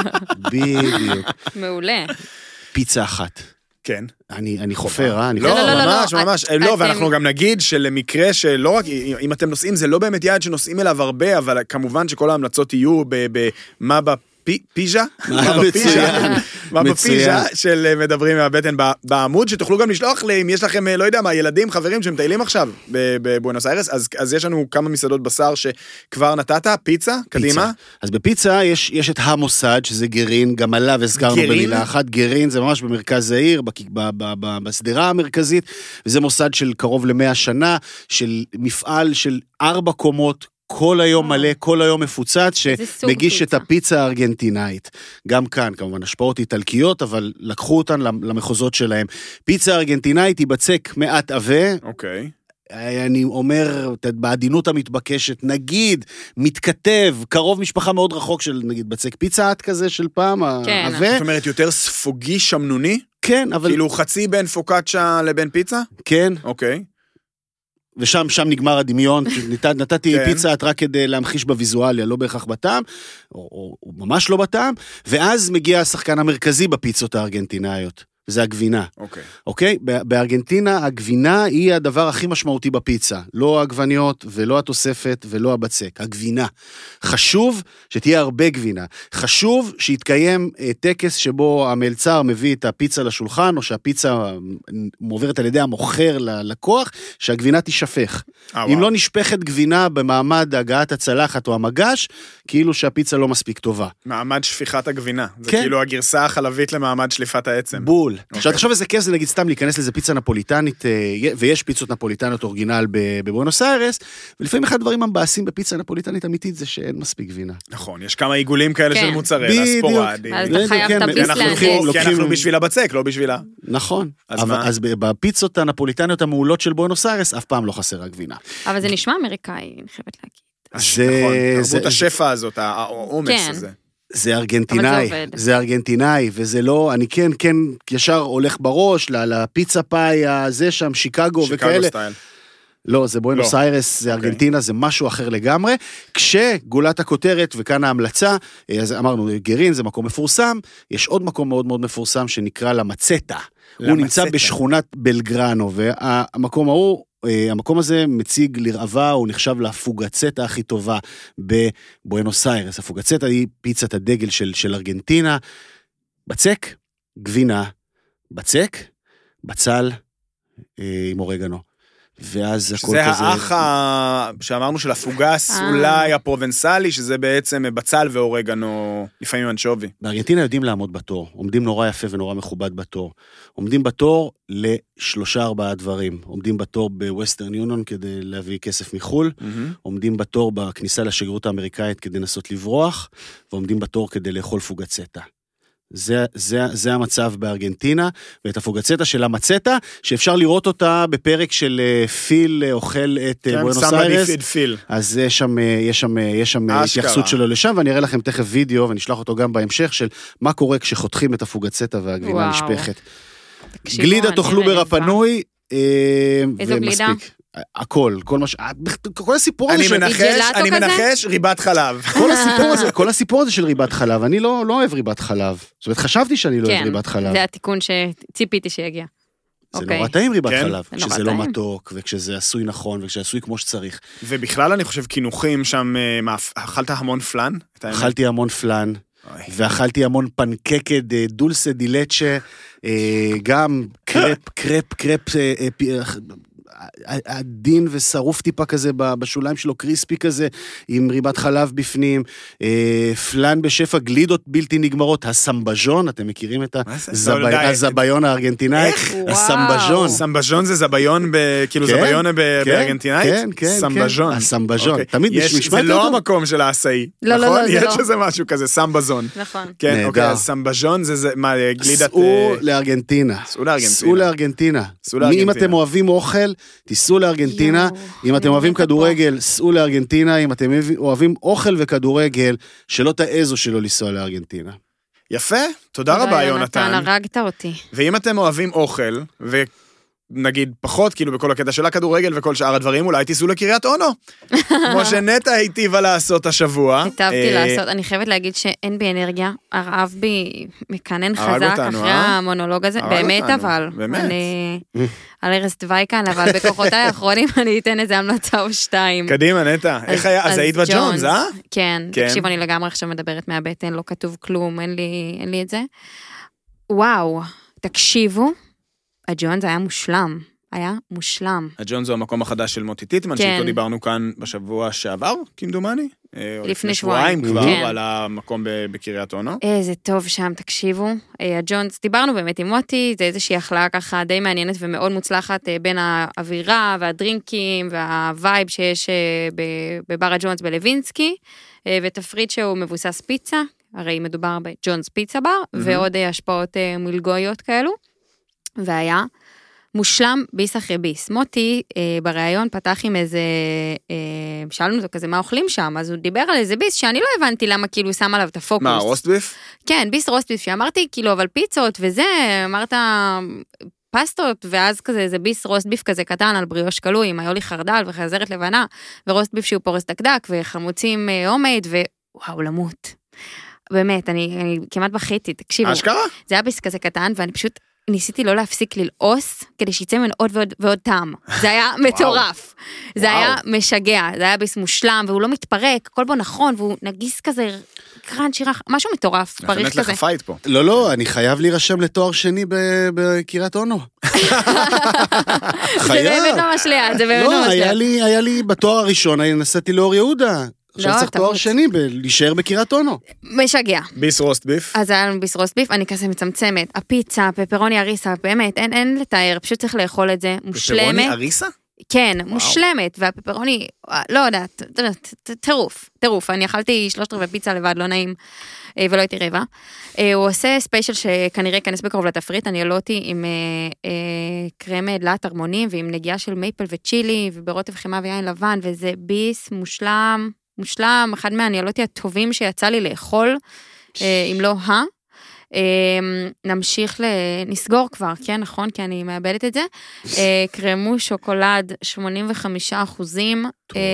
S1: בדיוק.
S3: מעולה.
S1: פיצה אחת.
S2: כן.
S1: אני, אני חופר, אה?
S2: לא, ממש, ממש. לא, ואנחנו גם נגיד שלמקרה שלא רק, אם אתם נוסעים, זה לא באמת יעד שנוסעים אליו הרבה, אבל כמובן שכל ההמלצות יהיו במה בפיז'ה? מה בפיז'ה? מה בפיז'ה של מדברים מהבטן בעמוד, שתוכלו גם לשלוח לי, אם יש לכם, לא יודע מה, ילדים, חברים שמטיילים עכשיו בבואנוס איירס, אז יש לנו כמה מסעדות בשר שכבר נתת, פיצה, קדימה.
S1: אז בפיצה יש את המוסד, שזה גרין, גם עליו הזכרנו במילה אחת, גרין זה ממש במרכז העיר, בסדרה המרכזית, וזה מוסד של קרוב למאה שנה, של מפעל של ארבע קומות, כל היום מלא, כל היום מפוצץ, שמגיש את הפיצה הארגנטינאית. גם כאן, כמובן, השפעות איטלקיות, אבל לקחו אותן למחוזות שלהם. פיצה ארגנטינאית היא בצק מעט עבה.
S2: אוקיי.
S1: אני אומר, בעדינות המתבקשת, נגיד, מתכתב, קרוב משפחה מאוד רחוק של, נגיד, בצק פיצה עד כזה של פעם,
S3: כן.
S1: עבה.
S2: זאת אומרת, יותר ספוגי שמנוני?
S1: כן, אבל...
S2: כאילו חצי בין פוקאצ'ה לבין פיצה?
S1: כן.
S2: אוקיי.
S1: ושם שם נגמר הדמיון, נתתי כן. פיצה רק כדי להמחיש בוויזואליה, לא בהכרח בטעם, או, או, או ממש לא בטעם, ואז מגיע השחקן המרכזי בפיצות הארגנטינאיות, זה הגבינה.
S2: אוקיי.
S1: אוקיי? בארגנטינה הגבינה היא הדבר הכי משמעותי בפיצה, לא העגבניות ולא התוספת ולא הבצק, הגבינה. חשוב שתהיה הרבה גבינה, חשוב שיתקיים טקס שבו המלצר מביא את הפיצה לשולחן, או שהפיצה מועברת על ידי המוכר ללקוח, שהגבינה תשפך. אה, אם וואו. לא נשפכת גבינה במעמד הגעת הצלחת או המגש, כאילו שהפיצה לא מספיק טובה.
S2: מעמד שפיכת הגבינה, זה
S1: כן.
S2: כאילו הגרסה החלבית למעמד שליפת העצם.
S1: בול. עכשיו, תחשוב איזה כיף זה נגיד סתם להיכנס לזה פיצה נפוליטנית, ויש פיצות נפוליטניות אורגינל בבואנוס איירס, ולפעמים אחד הדברים המבאסים בפיצה נפוליטנית אמיתית זה שאין מספיק גבינה.
S2: נכון, יש כמה עיגולים כאלה של מוצרלה, ספורדי.
S3: אז אתה חייב את הפיס להנדס.
S2: כי אנחנו בשביל הבצק, לא בשבילה.
S1: נכון. אז בפיצות הנפוליטניות המעולות של בואנוס איירס, אף פעם לא חסרה גבינה.
S3: אבל זה נשמע אמריקאי, אני חייבת להגיד.
S2: נכון, תרבות השפע הזאת, העומס הזה.
S1: זה ארגנטינאי, זה ארגנטינאי, וזה לא, אני כן, כן, ישר הולך בראש, לפיצה פאי, זה שם, שיקגו וכאלה. לא, זה בואנוס איירס, זה ארגנטינה, זה משהו אחר לגמרי. כשגולת הכותרת, וכאן ההמלצה, אז אמרנו, גרין זה מקום מפורסם, יש עוד מקום מאוד מאוד מפורסם שנקרא למצטה. הוא נמצא בשכונת בלגרנו, והמקום ההוא, המקום הזה מציג לרעבה, הוא נחשב לפוגצטה הכי טובה בבואנוס איירס. הפוגצטה היא פיצת הדגל של, של ארגנטינה, בצק, גבינה, בצק, בצל, עם אורגנו. ואז הכל
S2: שזה
S1: כזה...
S2: האח ה... שאמרנו של הפוגס, אולי הפרובנסלי, שזה בעצם בצל ואורגנו, לפעמים אנשובי.
S1: בארגנטינה יודעים לעמוד בתור, עומדים נורא יפה ונורא מכובד בתור. עומדים בתור לשלושה ארבעה דברים. עומדים בתור בווסטרן יוניון כדי להביא כסף מחול, עומדים בתור בכניסה לשגרירות האמריקאית כדי לנסות לברוח, ועומדים בתור כדי לאכול פוגצטה. זה, זה, זה המצב בארגנטינה, ואת הפוגצטה של המצטה, שאפשר לראות אותה בפרק של פיל אוכל את בואנוס איירס. אז יש שם, יש שם, יש שם התייחסות שלו לשם, ואני אראה לכם תכף וידאו, ונשלח אותו גם בהמשך, של מה קורה כשחותכים את הפוגצטה והגבינה נשפכת. גלידה תאכלו ברפנוי,
S3: איזו גלידה?
S1: הכל, כל מה ש... כל הסיפור הזה
S2: של... אני מנחש ריבת חלב.
S1: כל הסיפור הזה, כל הסיפור הזה של ריבת חלב, אני לא לא אוהב ריבת חלב. זאת אומרת, חשבתי שאני לא אוהב ריבת חלב.
S3: זה התיקון שציפיתי שיגיע.
S1: זה נורא טעים ריבת חלב, כשזה לא מתוק, וכשזה עשוי נכון, וכשעשוי כמו שצריך.
S2: ובכלל אני חושב כינוכים שם, אכלת המון פלן?
S1: אכלתי המון פלן, ואכלתי המון פנקקד דולסה דילצ'ה, גם קרפ, קרפ, קרפ, עדין ושרוף טיפה כזה בשוליים שלו, קריספי כזה, עם ריבת חלב בפנים, פלן בשפע, גלידות בלתי נגמרות, הסמבז'ון, אתם מכירים את הזביון הארגנטינאי? הסמבז'ון.
S2: סמבז'ון זה זביון, כאילו זביון בארגנטינאית?
S1: כן, כן,
S2: סמבז'ון.
S1: הסמבז'ון. תמיד נשמעתי אותו.
S2: זה לא המקום של העשאי, נכון? יש איזה משהו כזה, סמבזון.
S3: נכון.
S2: כן, אוקיי, אז סמבז'ון זה, מה, גלידת...
S1: סעו לארגנטינה. סעו לארגנטינה. אם אתם אוהבים אוכל, תיסעו לארגנטינה, אם אתם אוהבים כדורגל, סעו לארגנטינה, אם אתם אוהבים אוכל וכדורגל, שלא תעזו שלא לנסוע לארגנטינה.
S2: יפה, תודה רבה יונתן.
S3: הרגת אותי.
S2: ואם אתם אוהבים אוכל, ונגיד פחות, כאילו בכל הקטע של הכדורגל וכל שאר הדברים, אולי תיסעו לקריית אונו. כמו שנטע היטיבה לעשות השבוע.
S3: היטבתי לעשות, אני חייבת להגיד שאין בי אנרגיה, הרעב בי מקנן חזק אחרי המונולוג הזה, באמת אבל.
S2: באמת.
S3: על ארז דווייקן, אבל בכוחותיי האחרונים אני אתן איזה המלצה או שתיים.
S2: קדימה, נטע. איך היה? אז היית בג'ונס, אה?
S3: כן, תקשיב, אני לגמרי עכשיו מדברת מהבטן, לא כתוב כלום, אין לי את זה. וואו, תקשיבו, הג'ונס היה מושלם, היה מושלם.
S2: הג'ונס הוא המקום החדש של מוטי טיטמן, שאיתו דיברנו כאן בשבוע שעבר, כמדומני.
S3: לפני שבועיים
S2: כבר, על המקום בקריית אונו.
S3: איזה טוב שם, תקשיבו. הג'ונס, דיברנו באמת עם מוטי, זה איזושהי החלאה ככה די מעניינת ומאוד מוצלחת בין האווירה והדרינקים והווייב שיש בבר הג'ונס בלווינסקי, ותפריט שהוא מבוסס פיצה, הרי מדובר בג'ונס פיצה בר, ועוד השפעות מלגויות כאלו, והיה מושלם ביס אחרי ביס. מוטי אה, בריאיון פתח עם איזה, אה, שאלנו אותו כזה, מה אוכלים שם? אז הוא דיבר על איזה ביס שאני לא הבנתי למה כאילו הוא שם עליו את הפוקוס.
S2: מה, רוסט ביף?
S3: כן, ביס רוסט ביף, שאמרתי כאילו, אבל פיצות וזה, אמרת פסטות, ואז כזה איזה ביס רוסט ביף כזה קטן על בריאוש קלוי, עם היולי חרדל וחזרת לבנה, ורוסט ביף שהוא פורס דקדק, וחמוצים הומייד, ווואו, למות. באמת, אני, אני כמעט בכיתי, תקשיבו.
S2: אשכרה?
S3: זה היה ביס כזה קטן, ואני פשוט ניסיתי לא להפסיק ללעוס, כדי שיצא ממנו עוד ועוד ועוד טעם. זה היה מטורף. זה היה משגע, זה היה ביס מושלם, והוא לא מתפרק, הכל בו נכון, והוא נגיס כזה, קרן שירה, משהו מטורף, פריך כזה.
S2: נכנת לך פייט פה.
S1: לא, לא, אני חייב להירשם לתואר שני בקריית אונו.
S3: זה באמת לא משליע, זה באמת לא משליע.
S1: לא, היה לי בתואר הראשון, אני נסעתי לאור יהודה. עכשיו צריך תואר שני, להישאר בקריית אונו.
S3: משגע.
S2: ביס רוסט ביף.
S3: אז היה לנו ביס רוסט ביף, אני כזה מצמצמת. הפיצה, פפרוני אריסה, באמת, אין, אין לתאר, פשוט צריך לאכול את זה. מושלמת.
S2: פפרוני אריסה?
S3: כן, מושלמת, והפפרוני, לא יודעת, טירוף, טירוף. אני אכלתי שלושת רבעי פיצה לבד, לא נעים, ולא הייתי רבע. הוא עושה ספיישל שכנראה ייכנס בקרוב לתפריט, אני עולה אותי עם קרם דלעת הרמונים, ועם נגיעה של מייפל וצ'ילי, וברוטב חימה ויין לבן, וזה ביס מושלם. מושלם, אחד מהניאלותי הטובים שיצא לי לאכול, אם לא ה. נמשיך, נסגור כבר, כן, נכון, כי אני מאבדת את זה. קרמו שוקולד שמונים וחמישה אחוזים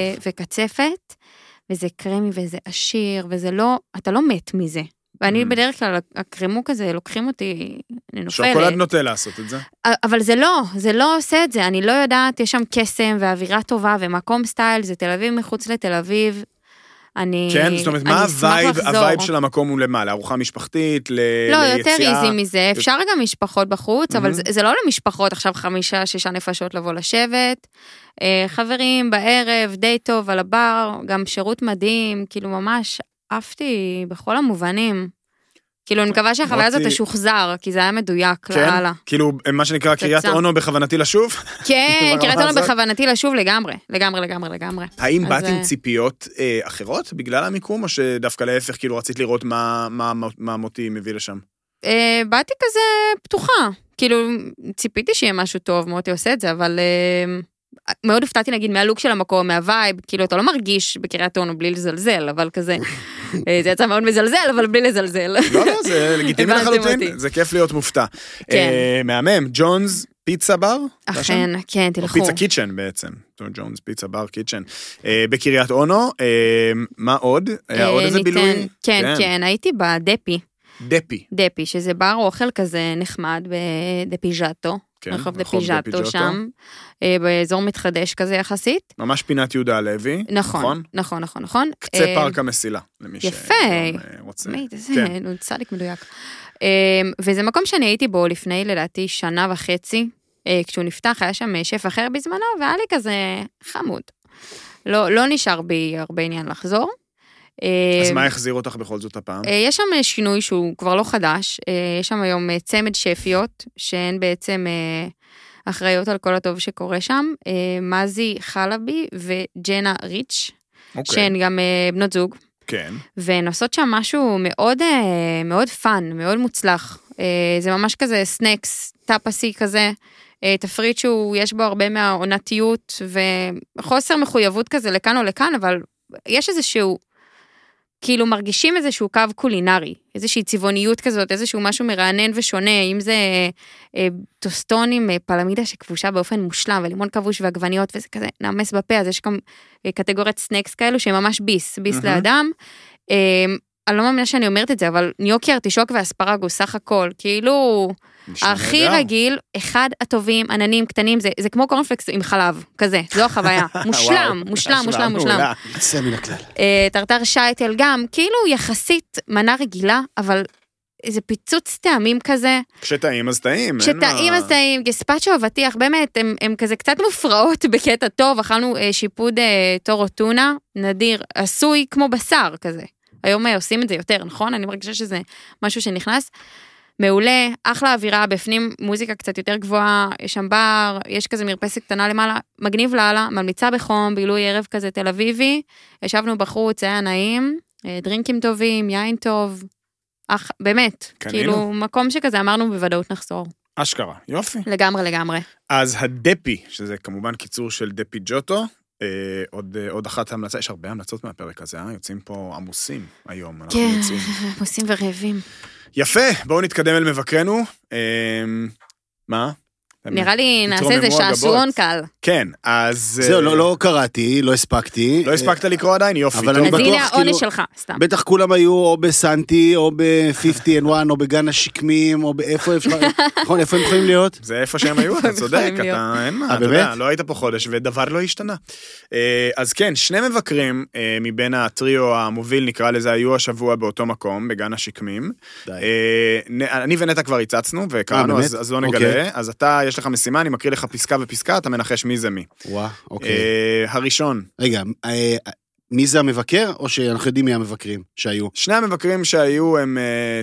S3: וקצפת, וזה קרמי וזה עשיר, וזה לא, אתה לא מת מזה. ואני בדרך כלל, הקרמו כזה, לוקחים אותי, אני נופלת.
S2: שוקולד נוטה לעשות את זה.
S3: אבל זה לא, זה לא עושה את זה, אני לא יודעת, יש שם קסם ואווירה טובה ומקום סטייל, זה תל אביב מחוץ לתל אביב. אני
S2: כן, זאת אומרת, מה הווייב, הווייב של המקום הוא למה? לארוחה משפחתית, ליציאה?
S3: לא, יותר איזי מזה, אפשר גם משפחות בחוץ, אבל זה לא למשפחות, עכשיו חמישה, שישה נפשות לבוא לשבת, חברים בערב, די טוב על הבר, גם שירות מדהים, כאילו ממש עפתי בכל המובנים. כאילו, אני מקווה שהחוויה הזאת תשוחזר, כי זה היה מדויק לאללה.
S2: כאילו, מה שנקרא קריית אונו בכוונתי לשוב?
S3: כן, קריית אונו בכוונתי לשוב לגמרי, לגמרי, לגמרי, לגמרי.
S2: האם באת עם ציפיות אחרות בגלל המיקום, או שדווקא להפך, כאילו, רצית לראות מה מותי מביא לשם?
S3: באתי כזה פתוחה, כאילו, ציפיתי שיהיה משהו טוב, מותי עושה את זה, אבל מאוד הפתעתי, נגיד, מהלוק של המקום, מהווייב, כאילו, אתה לא מרגיש בקריית אונו בלי לזלזל, אבל כזה, זה יצא מאוד מזלזל, אבל בלי לזלזל.
S2: לא, לא, זה לגיטימי לחלוטין, זה כיף להיות מופתע. מהמם, ג'ונס פיצה בר?
S3: אכן, כן, תלכו.
S2: או פיצה קיצ'ן בעצם, ג'ונס פיצה בר קיצ'ן. בקריית אונו, מה עוד? היה עוד איזה בילוי?
S3: כן, כן, הייתי בדפי.
S2: דפי.
S3: דפי, שזה בר אוכל כזה נחמד, בדפיז'אטו. רחוב דפיז'אטו שם, באזור מתחדש כזה יחסית.
S2: ממש פינת יהודה הלוי.
S3: נכון, נכון, נכון, נכון.
S2: קצה פארק המסילה, למי שרוצה.
S3: יפה, זה צדיק מדויק. וזה מקום שאני הייתי בו לפני, לדעתי, שנה וחצי, כשהוא נפתח, היה שם שף אחר בזמנו, והיה לי כזה חמוד. לא נשאר בי הרבה עניין לחזור.
S2: אז מה החזיר אותך בכל זאת הפעם?
S3: יש שם שינוי שהוא כבר לא חדש, יש שם היום צמד שפיות, שהן בעצם אחראיות על כל הטוב שקורה שם, מזי חלבי וג'נה ריץ', שהן גם בנות זוג,
S2: כן.
S3: והן עושות שם משהו מאוד, מאוד פן, מאוד מוצלח, זה ממש כזה סנקס, טאפסי כזה, תפריט שהוא, יש בו הרבה מהעונתיות, וחוסר מחויבות כזה לכאן או לכאן, אבל יש איזשהו, כאילו מרגישים איזשהו קו קולינרי, איזושהי צבעוניות כזאת, איזשהו משהו מרענן ושונה, אם זה אה, טוסטון עם פלמידה שכבושה באופן מושלם, ולימון כבוש ועגבניות, וזה כזה נעמס בפה, אז יש גם אה, קטגוריית סנקס כאלו, שהם ממש ביס, ביס mm-hmm. לאדם. אה, אני לא מאמינה שאני אומרת את זה, אבל ניוקי ארטישוק ואספרגוס, סך הכל, כאילו, הכי רגיל, אחד הטובים, עננים קטנים, זה, זה כמו קורנפלקס עם חלב, כזה, זו החוויה. מושלם, מושלם, מושלם, מושלם.
S1: יצא מן הכלל.
S3: טרטר שייטל גם, כאילו יחסית מנה רגילה, אבל איזה פיצוץ טעמים כזה.
S2: כשטעים אז טעים.
S3: כשטעים אז טעים, גספצ'ו אבטיח, באמת, הם, הם כזה קצת מופרעות בקטע טוב, אכלנו שיפוד טורו טונה, נדיר, עשוי כמו בשר כזה. היום עושים את זה יותר, נכון? אני מרגישה שזה משהו שנכנס. מעולה, אחלה אווירה, בפנים מוזיקה קצת יותר גבוהה, יש שם בר, יש כזה מרפסת קטנה למעלה, מגניב לאללה, ממליצה בחום, בילוי ערב כזה תל אביבי, ישבנו בחוץ, היה נעים, דרינקים טובים, יין טוב, אך, באמת, קנינו. כאילו מקום שכזה אמרנו בוודאות נחזור.
S2: אשכרה, יופי.
S3: לגמרי, לגמרי.
S2: אז הדפי, שזה כמובן קיצור של דפי ג'וטו, אה, עוד, אה, עוד אחת המלצה, יש הרבה המלצות מהפרק הזה, אה? יוצאים פה עמוסים היום.
S3: כן, עמוסים ורעבים.
S2: יפה, בואו נתקדם אל מבקרנו. מה?
S3: נראה לי נעשה איזה שעשועון קל.
S2: כן, אז...
S1: זהו, לא קראתי, לא הספקתי.
S2: לא הספקת לקרוא עדיין, יופי.
S3: אז הנה העונש שלך, סתם.
S1: בטח כולם היו או בסנטי, או ב-חמישים ואחת, או בגן השקמים, או באיפה הם יכולים להיות?
S2: זה איפה שהם היו, אתה צודק, אתה אין מה, אתה יודע, לא היית פה חודש, ודבר לא השתנה. אז כן, שני מבקרים מבין הטריו המוביל, נקרא לזה, היו השבוע באותו מקום, בגן השקמים. אני ונטע כבר הצצנו, וקראנו, אז לא נגלה. אז אתה, יש לך משימה, אני מקריא לך פסקה ופסקה, אתה מנחש מי זה מי.
S1: וואה, אוקיי.
S2: הראשון.
S1: רגע, מי זה המבקר, או שאנחנו יודעים מי המבקרים שהיו?
S2: שני המבקרים שהיו הם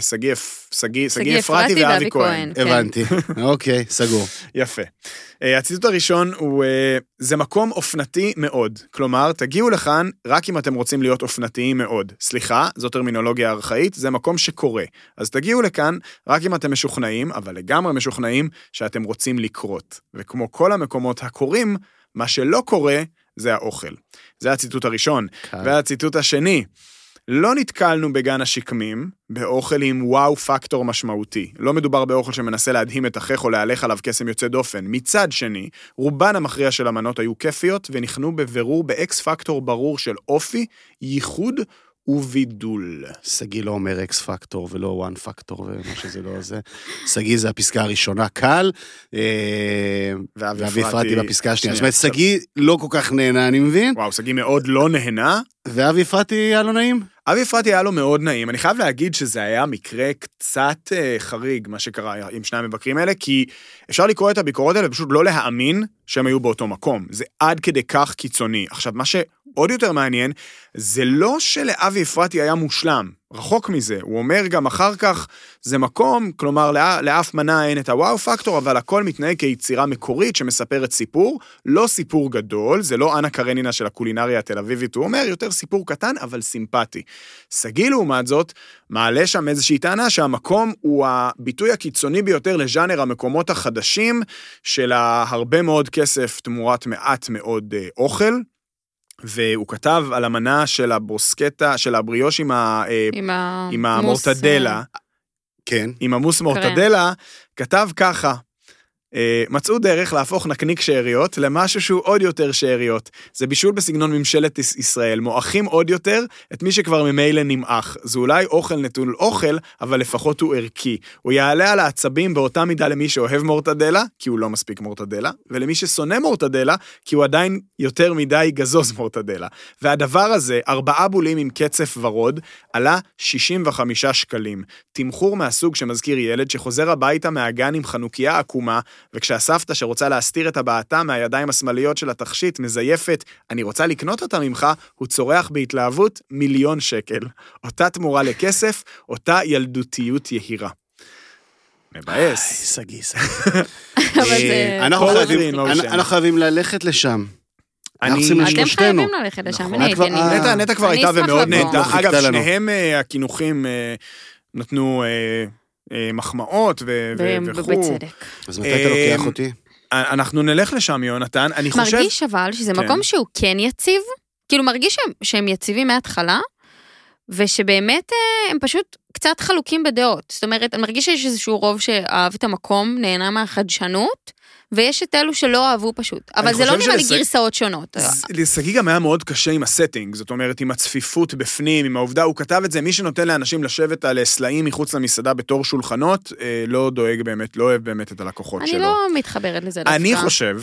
S2: סגי אפרתי ואבי כהן.
S1: הבנתי, אוקיי, סגור.
S2: יפה. הציטוט הראשון הוא, זה מקום אופנתי מאוד. כלומר, תגיעו לכאן רק אם אתם רוצים להיות אופנתיים מאוד. סליחה, זו טרמינולוגיה ארכאית, זה מקום שקורה. אז תגיעו לכאן רק אם אתם משוכנעים, אבל לגמרי משוכנעים שאתם רוצים לקרות. וכמו כל המקומות הקורים, מה שלא קורה, זה האוכל. זה הציטוט הראשון. והציטוט השני, לא נתקלנו בגן השקמים, באוכל עם וואו פקטור משמעותי. לא מדובר באוכל שמנסה להדהים את החך או להלך עליו קסם יוצא דופן. מצד שני, רובן המכריע של המנות היו כיפיות, ונכנו בבירור באקס פקטור ברור של אופי, ייחוד ובידול.
S1: סגי לא אומר אקס פקטור ולא וואן פקטור ומה שזה לא זה. סגי זה הפסקה הראשונה, קל, ואבי אפרתי בפסקה השנייה. זאת אומרת, סגי לא כל כך נהנה, אני מבין.
S2: וואו, סגי מאוד לא נהנה.
S1: ואבי אפרתי היה לו נעים?
S2: אבי אפרתי היה לו מאוד נעים. אני חייב להגיד שזה היה מקרה קצת uh, חריג, מה שקרה עם שני המבקרים האלה, כי אפשר לקרוא את הביקורות האלה, פשוט לא להאמין שהם היו באותו מקום. זה עד כדי כך קיצוני. עכשיו, מה שעוד יותר מעניין, זה לא שלאבי אפרתי היה מושלם. רחוק מזה. הוא אומר גם אחר כך, זה מקום, כלומר, לא, לאף מנה אין את הוואו פקטור, אבל הכל מתנהג כיצירה מקורית שמספרת סיפור, לא סיפור גדול, זה לא אנה קרנינה של הקולינריה התל אביבית, הוא אומר, יותר סיפור קטן, אבל סימפטי. סגי לעומת זאת, מעלה שם איזושהי טענה שהמקום הוא הביטוי הקיצוני ביותר לז'אנר המקומות החדשים, של הרבה מאוד כסף תמורת מעט מאוד אה, אוכל, והוא כתב על המנה של הברוסקטה, של הבריאוש עם, ה,
S3: עם, ה...
S2: עם המורטדלה,
S1: כן.
S2: עם המוס מורטדלה, כתב ככה, מצאו דרך להפוך נקניק שאריות למשהו שהוא עוד יותר שאריות. זה בישול בסגנון ממשלת ישראל, מועכים עוד יותר את מי שכבר ממילא נמעך. זה אולי אוכל נטול אוכל, אבל לפחות הוא ערכי. הוא יעלה על העצבים באותה מידה למי שאוהב מורטדלה, כי הוא לא מספיק מורטדלה, ולמי ששונא מורטדלה, כי הוא עדיין יותר מדי גזוז מורטדלה. והדבר הזה, ארבעה בולים עם קצף ורוד, עלה שישים וחמישה שקלים. תמחור מהסוג שמזכיר ילד שחוזר הביתה מהגן עם חנוכיה עקומה, וכשהסבתא שרוצה להסתיר את הבעתה מהידיים השמאליות של התכשיט מזייפת, אני רוצה לקנות אותה ממך, הוא צורח בהתלהבות מיליון שקל. אותה תמורה לכסף, אותה ילדותיות יהירה. מבאס.
S1: סגי, סגי. אנחנו חייבים ללכת לשם.
S3: אתם חייבים ללכת לשם.
S2: נטע כבר הייתה ומאוד נהנתה. אגב, שניהם הכינוכים נתנו מחמאות וכו'.
S3: ובצדק.
S1: אז מתי אתה לוקח אותי?
S2: אנחנו נלך לשם, יונתן. אני חושב...
S3: מרגיש אבל שזה מקום שהוא כן יציב, כאילו מרגיש שהם יציבים מההתחלה, ושבאמת הם פשוט קצת חלוקים בדעות. זאת אומרת, אני מרגיש שיש איזשהו רוב שאהב את המקום, נהנה מהחדשנות, ויש את אלו שלא אהבו פשוט. אבל זה לא נראה לי גרסאות שונות.
S2: לסגי גם היה מאוד קשה עם הסטינג, זאת אומרת, עם הצפיפות בפנים, עם העובדה, הוא כתב את זה, מי שנותן לאנשים לשבת על סלעים מחוץ למסעדה בתור שולחנות, לא דואג באמת, לא אוהב באמת את הלקוחות שלו.
S3: אני לא מתחברת לזה דווקא.
S2: אני חושב...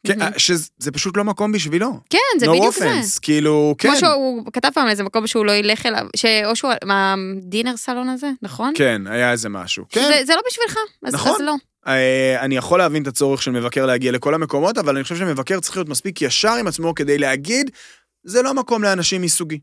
S2: שזה פשוט לא מקום בשבילו.
S3: כן, זה בדיוק זה.
S2: כאילו, כן.
S3: כמו שהוא כתב פעם איזה מקום שהוא לא ילך אליו, או שהוא, מה, דינר סלון הזה, נכון?
S2: כן, היה איזה משהו.
S3: זה לא בשבילך, אז לא.
S2: אני יכול להבין את הצורך של מבקר להגיע לכל המקומות, אבל אני חושב שמבקר צריך להיות מספיק ישר עם עצמו כדי להגיד, זה לא מקום לאנשים מסוגי.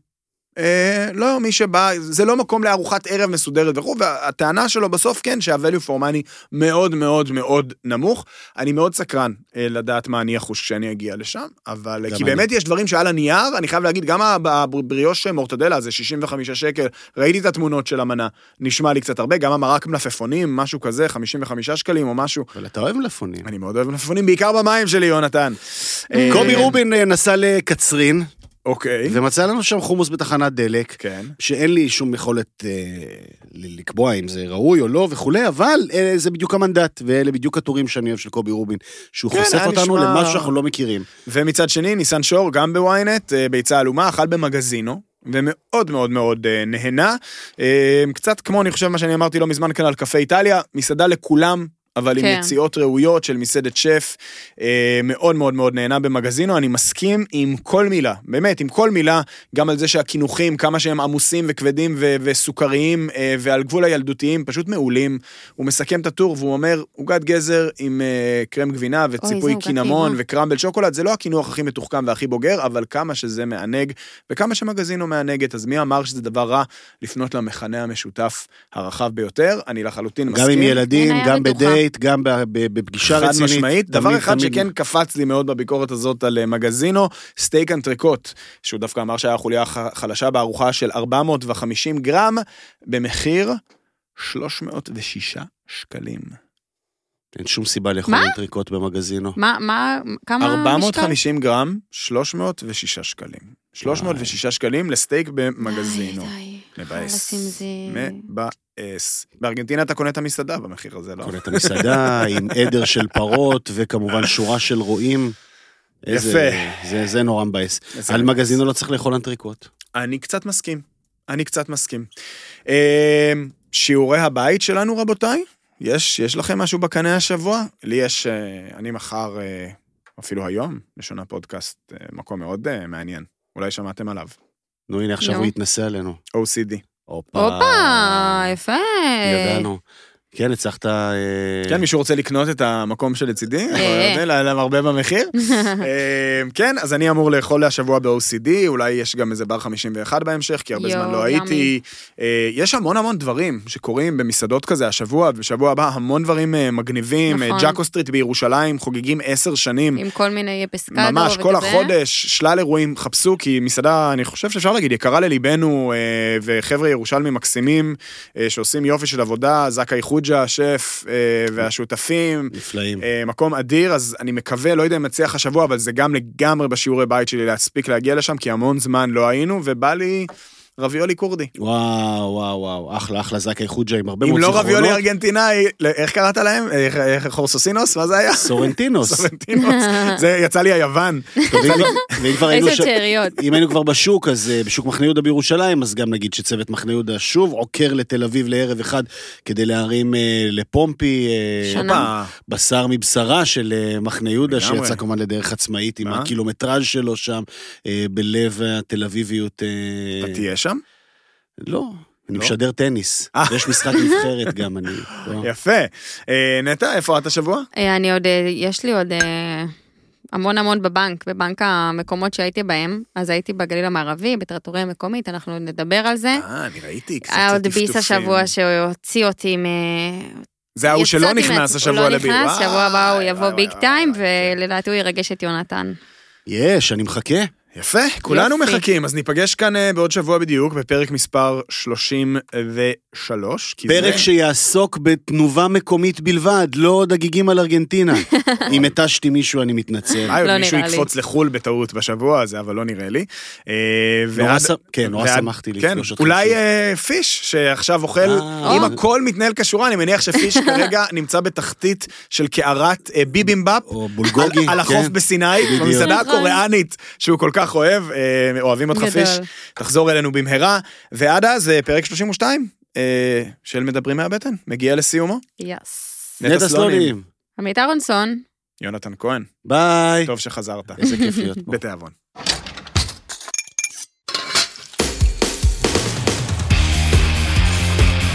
S2: לא, מי שבא, זה לא מקום לארוחת ערב מסודרת וכו', והטענה שלו בסוף כן, שה-value for money מאוד מאוד מאוד נמוך. אני מאוד סקרן לדעת מה אני אחוש כשאני אגיע לשם, אבל כי באמת יש דברים שעל הנייר, אני חייב להגיד, גם הבריאוש מורטדלה, זה שישים וחמישה שקל, ראיתי את התמונות של המנה, נשמע לי קצת הרבה, גם המרק מלפפונים, משהו כזה, חמישים וחמישה שקלים או משהו.
S1: אבל אתה אוהב מלפפונים.
S2: אני מאוד אוהב מלפפונים, בעיקר במים שלי, יונתן.
S1: קובי רובין נסע לקצרין.
S2: אוקיי.
S1: ומצא לנו שם חומוס בתחנת דלק,
S2: כן.
S1: שאין לי שום יכולת אה, לקבוע אם זה ראוי או לא וכולי, אבל אה, זה בדיוק המנדט, ואלה בדיוק הטורים שאני אוהב של קובי רובין, שהוא כן, חושף אותנו נשמע... למשהו שאנחנו לא מכירים.
S2: ומצד שני, ניסן שור, גם בוויינט, אה, ביצה אלומה, אכל במגזינו, ומאוד מאוד מאוד אה, נהנה. אה, קצת כמו, אני חושב מה שאני אמרתי לא מזמן כאן על קפה איטליה, מסעדה לכולם, אבל עם יציאות ראויות של מסעדת שף, מאוד מאוד מאוד נהנה במגזינו, אני מסכים עם כל מילה, באמת, עם כל מילה, גם על זה שהכינוכים, כמה שהם עמוסים וכבדים וסוכריים, ועל גבול הילדותיים, פשוט מעולים, הוא מסכם את הטור, והוא אומר, עוגת גזר עם קרם גבינה, וציפוי קינמון, וקרמבל שוקולד, זה לא הכינוח הכי מתוחכם והכי בוגר, אבל כמה שזה מענג, וכמה שמגזינו מענגת, אז מי אמר שזה דבר רע, לפנות למכנה המשותף הרחב ביותר, אני לחלוטין מסכים.
S1: גם עם ילדים, גם בדייט, גם בפגישה רצינית.
S2: חד משמעית. דבר אחד שכן קפץ לי מאוד בביקורת הזאת על מגזינו, סטייק אנטריקוט, שהוא דווקא אמר שהיה חוליה חלשה בארוחה של ארבע מאות וחמישים גרם, במחיר שלוש מאות ושישה שקלים.
S1: אין שום סיבה לאכול אנטריקוט במגזינו.
S3: מה, מה, כמה משקל?
S2: ארבע מאות וחמישים גרם, שלוש מאות ושש שקלים. שלוש מאות ושש שקלים לסטייק במגזינו.
S3: די, די.
S2: מבאס.
S3: לשים זה...
S2: מבאס. בארגנטינה אתה קונה את המסעדה במחיר הזה, לא?
S1: קונה את המסעדה עם עדר של פרות, וכמובן שורה של רועים.
S2: יפה.
S1: זה, זה נורא מבאס. על מגזינו לא צריך לאכול אנטריקוט.
S2: אני קצת מסכים. אני קצת מסכים. שיעורי הבית שלנו, רבותיי? יש, יש לכם משהו בקנה השבוע? לי יש, אני מחר, אפילו היום, לשונה פודקאסט, מקום מאוד מעניין. אולי שמעתם עליו.
S1: נו, הנה, עכשיו הוא יתנסה עלינו.
S2: או סי די.
S1: הופה.
S3: הופה, יפה.
S1: ידענו. כן, הצלחת...
S2: כן, מישהו רוצה לקנות את המקום שלצידי? למרבה במחיר? כן, אז אני אמור לאכול השבוע ב-או סי די, אולי יש גם איזה בר חמישים ואחת בהמשך, כי הרבה זמן לא הייתי. יש המון המון דברים שקורים במסעדות כזה השבוע, ובשבוע הבא המון דברים מגניבים. ג'אקו סטריט בירושלים חוגגים עשר שנים.
S3: עם כל מיני פסקדו וכזה.
S2: ממש, כל החודש, שלל אירועים, חפשו, כי מסעדה, אני חושב שאפשר להגיד, יקרה לליבנו, וחבר'ה ירושלמים מקסימים, שעושים יופי של עבודה, זקאי חוג'ה, השף והשותפים.
S1: נפלאים.
S2: מקום אדיר, אז אני מקווה, לא יודע אם מצליח השבוע, אבל זה גם לגמרי בשיעורי בית שלי להספיק להגיע לשם, כי המון זמן לא היינו, ובא לי רביולי קורדי.
S1: וואו, וואו, וואו, אחלה, אחלה זקאי חוג'ה עם הרבה מאוד
S2: אם
S1: זיכרונות.
S2: לא רביולי ארגנטינאי, איך קראת להם? חורסוסינוס? מה זה היה?
S1: סורנטינוס.
S2: סורנטינוס. זה יצא לי היוון.
S3: איזה צעריות.
S1: אם היינו כבר בשוק, אז בשוק מחנה יהודה בירושלים, אז גם נגיד שצוות מחנה יהודה שוב עוקר לתל אביב לערב אחד, כדי להרים לפומפי, בשר מבשרה של מחנה יהודה, שיצא כמובן לדרך עצמאית עם הקילומטראז' שלו שם, בלב התל אביביות.
S2: אתה תהיה שם?
S1: לא, אני משדר טניס. יש משחק נבחרת גם, אני...
S2: יפה. נטע, איפה את השבוע?
S3: אני עוד, יש לי עוד המון המון בבנק, בבנק המקומות שהייתי בהם, אז הייתי בגליל המערבי, בטרטוריה מקומית, אנחנו נדבר על זה.
S2: אה, אני ראיתי קצת
S3: טפטופים. עוד ביס השבוע שהוציא אותי מ...
S2: זה ההוא שלא נכנס השבוע לבירה.
S3: הוא לא נכנס, שבוע הבא הוא יבוא ביג טיים, ולדעתי הוא ירגש את יונתן.
S1: יש, אני מחכה.
S2: יפה, כולנו מחכים, אז ניפגש כאן בעוד שבוע בדיוק, בפרק מספר שלושים ושלוש.
S1: פרק זה... שיעסוק בתנובה מקומית בלבד, לא עוד הגיגים על ארגנטינה. אם התשתי מישהו, אני מתנצל.
S3: לא
S2: מישהו
S3: נראה לי.
S2: יקפוץ לחול בטעות בשבוע הזה, אבל לא נראה לי.
S1: נורא, ס... כן, נורא ועד... שמחתי לפגוש אותך.
S2: אולי פיש, שעכשיו אוכל, אם הכל מתנהל כשורה, אני מניח שפיש כרגע נמצא בתחתית של קערת ביבימבאפ,
S1: או בולגוגי.
S2: על החוף בסיני, במסעדה הקוריאנית, שהוא כל כך אוהב, אוהבים אותך פיש, תחזור אלינו במהרה, ועד אז פרק שלושים ושתיים של מדברים מהבטן, מגיע לסיומו.
S3: יס.
S1: נטע סלונים.
S3: עמית אהרונסון.
S2: יונתן כהן.
S1: ביי.
S2: טוב שחזרת.
S1: איזה כיף להיות פה.
S2: בתיאבון.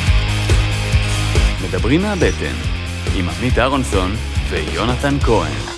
S4: מדברים מהבטן, עם עמית אהרונסון ויונתן כהן.